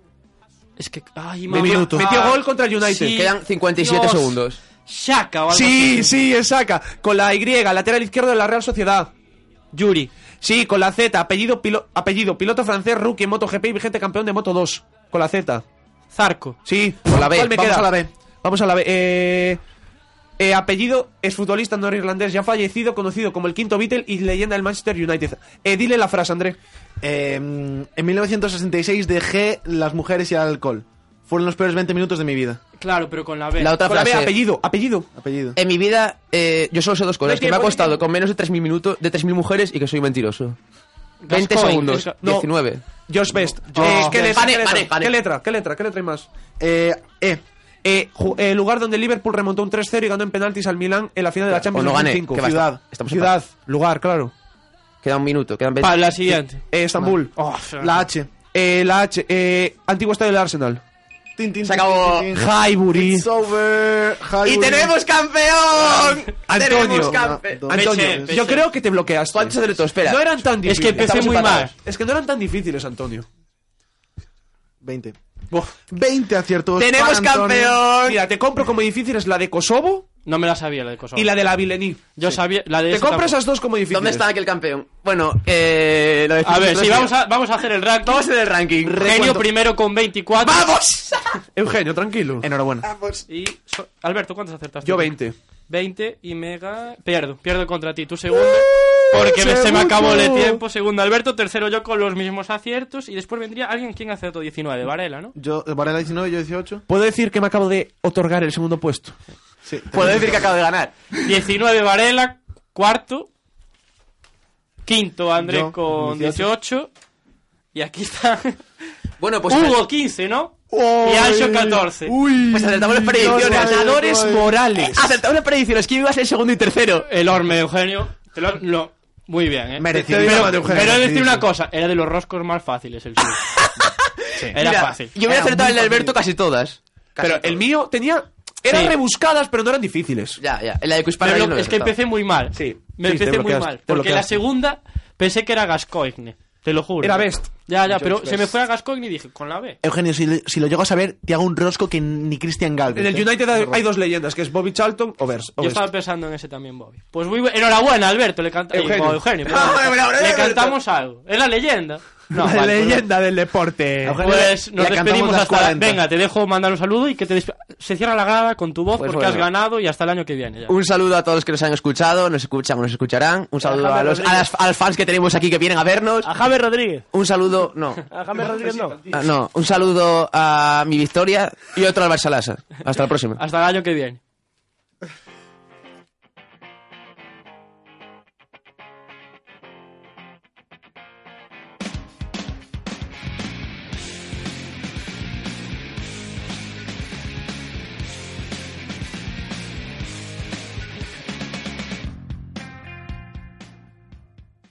Es que... Ay, Metió, minuto. metió Ah, gol contra el United. sí. Quedan cincuenta y siete Dios. segundos. Shaka o algo Sí, así. sí, es Saka. Con la Y, lateral izquierdo de la Real Sociedad. Yuri. Sí, con la Z, apellido, pilo- apellido piloto francés, rookie en MotoGP y vigente campeón de Moto dos. Con la Z. Zarco. Sí. Con la B. ¿Cuál me Vamos queda? a la B. Vamos a la B. Eh, eh, apellido, es futbolista norirlandés ya fallecido, conocido como el quinto Beatle y leyenda del Manchester United. Eh, dile la frase, André. Eh, en mil novecientos sesenta y seis dejé las mujeres y el alcohol. Fueron los peores veinte minutos de mi vida. Claro, pero con la B. La otra Con la B, frase. apellido, apellido. Apellido. En mi vida, eh, yo solo sé dos cosas. Vete, Que me ha ponte costado tiempo. con menos de tres mil minutos, de tres mil mujeres y que soy mentiroso. veinte Gascoigne, segundos. es- no. diecinueve. Josh Best. Oh. Eh, ¿qué, letra, Pane, ¿qué, letra? pane, pane. ¿Qué letra? ¿Qué letra? ¿Qué letra hay más? Eh, E. Eh, ju- eh, lugar donde Liverpool remontó un tres cero y ganó en penaltis al Milán en la final de la Champions O no dos mil gané, cinco. que va, Ciudad. estamos en Ciudad. Lugar, claro. Queda un minuto. Quedan veinte. Para la siguiente. Eh, Estambul. Oh, La H. Eh, la H. Eh, antiguo estadio del Arsenal. Tin, tin, Se tin, acabó. tin, tin. Highbury. It's over. ¡Y Highbury. tenemos campeón! Antonio. ¡Tenemos campeón! Una, Antonio, Peche, peche. yo creo que te bloqueaste. ¿Cuántos aciertos? Espera. No eran tan Es difíciles. que empecé Estamos muy empatados. mal. Es que no eran tan difíciles, Antonio. veinte. veinte aciertos. ¡Tenemos para Antonio. campeón! Mira, te compro como difíciles la de Kosovo No me la sabía la de Kosovo. y la de la Vilení. Yo sabía la de Te esa compro tampoco. esas dos como difíciles. ¿Dónde está aquel campeón? Bueno, eh... Lo A ver, decimos sí, nosotros. vamos a, vamos a hacer el ranking. Vamos a hacer el ranking. Genio Recuento. primero con veinticuatro. ¡Vamos! Eugenio, tranquilo. Enhorabuena. Y so- Alberto, ¿cuántos acertaste? Yo tú? veinte. veinte y Mega... Pierdo, pierdo contra ti. Tú segundo, porque me- se me acabó el tiempo. Segundo Alberto, tercero yo con los mismos aciertos. Y después vendría alguien quien acertó diecinueve, Varela, ¿no? Yo, Varela diecinueve, yo dieciocho. ¿Puedo decir que me acabo de otorgar el segundo puesto? Sí. Puedo decir que acabo de ganar. diecinueve Varela, cuarto. Quinto André Yo, con dieciocho. dieciocho. Y aquí está Bueno, pues... Hugo quince, ¿no? Y Ancho catorce. Uy. Pues acertamos las predicciones. Ganadores Ay. morales. Acertamos las predicciones. ¿Quién iba a ser segundo y tercero? El Orme, Eugenio. Te lo, lo- muy bien, ¿eh? Merecido. Pero, Eugenio. pero he de decir Sí, una sí. cosa. Era de los roscos más fáciles el suyo. Era Mira, fácil. Yo me he Era acertado muy el de Alberto fácil. casi todas. Casi Pero el todas. mío tenía... Eran Sí. rebuscadas, pero no eran difíciles. Ya, ya. En la de Quispara Pero yo no he es que acertado. empecé muy mal. Sí. Me Sí, te empecé muy bloqueaste, mal. te Porque la bloqueaste. segunda pensé que era Gascoigne. Te lo juro. Era Best. Ya, ya, pero George se me Best. fue a Gascoigne y dije, con la B. Eugenio, si, le- si lo llego a saber, te hago un rosco que ni Christian Galvez. En el ¿eh? United hay, hay dos leyendas, que es Bobby Charlton o Bers. o Yo Best. estaba pensando en ese también, Bobby. Pues muy bu- enhorabuena, Alberto. Le canta... Eugenio. eh, Eugenio, perdón. Ah, bueno, bueno, Le Alberto. cantamos algo. Es la leyenda. No, La vale, pues leyenda del deporte. Eugenio, Pues le nos cantamos despedimos las hasta... cuarenta. Venga, te dejo mandar un saludo y que te despe- se cierra la gala con tu voz Pues porque has bueno. ganado y hasta el año que viene. Ya. Un saludo a todos los que nos han escuchado, nos escuchan o nos escucharán. Un saludo Jaime a los, a, Rodríguez. las- a los fans que tenemos aquí que vienen a vernos. A James Rodríguez. Un saludo, no, A James Rodríguez no. ah, no, un saludo a mi Victoria y otro al Barça Lassa. Hasta la próxima. Hasta el año que viene.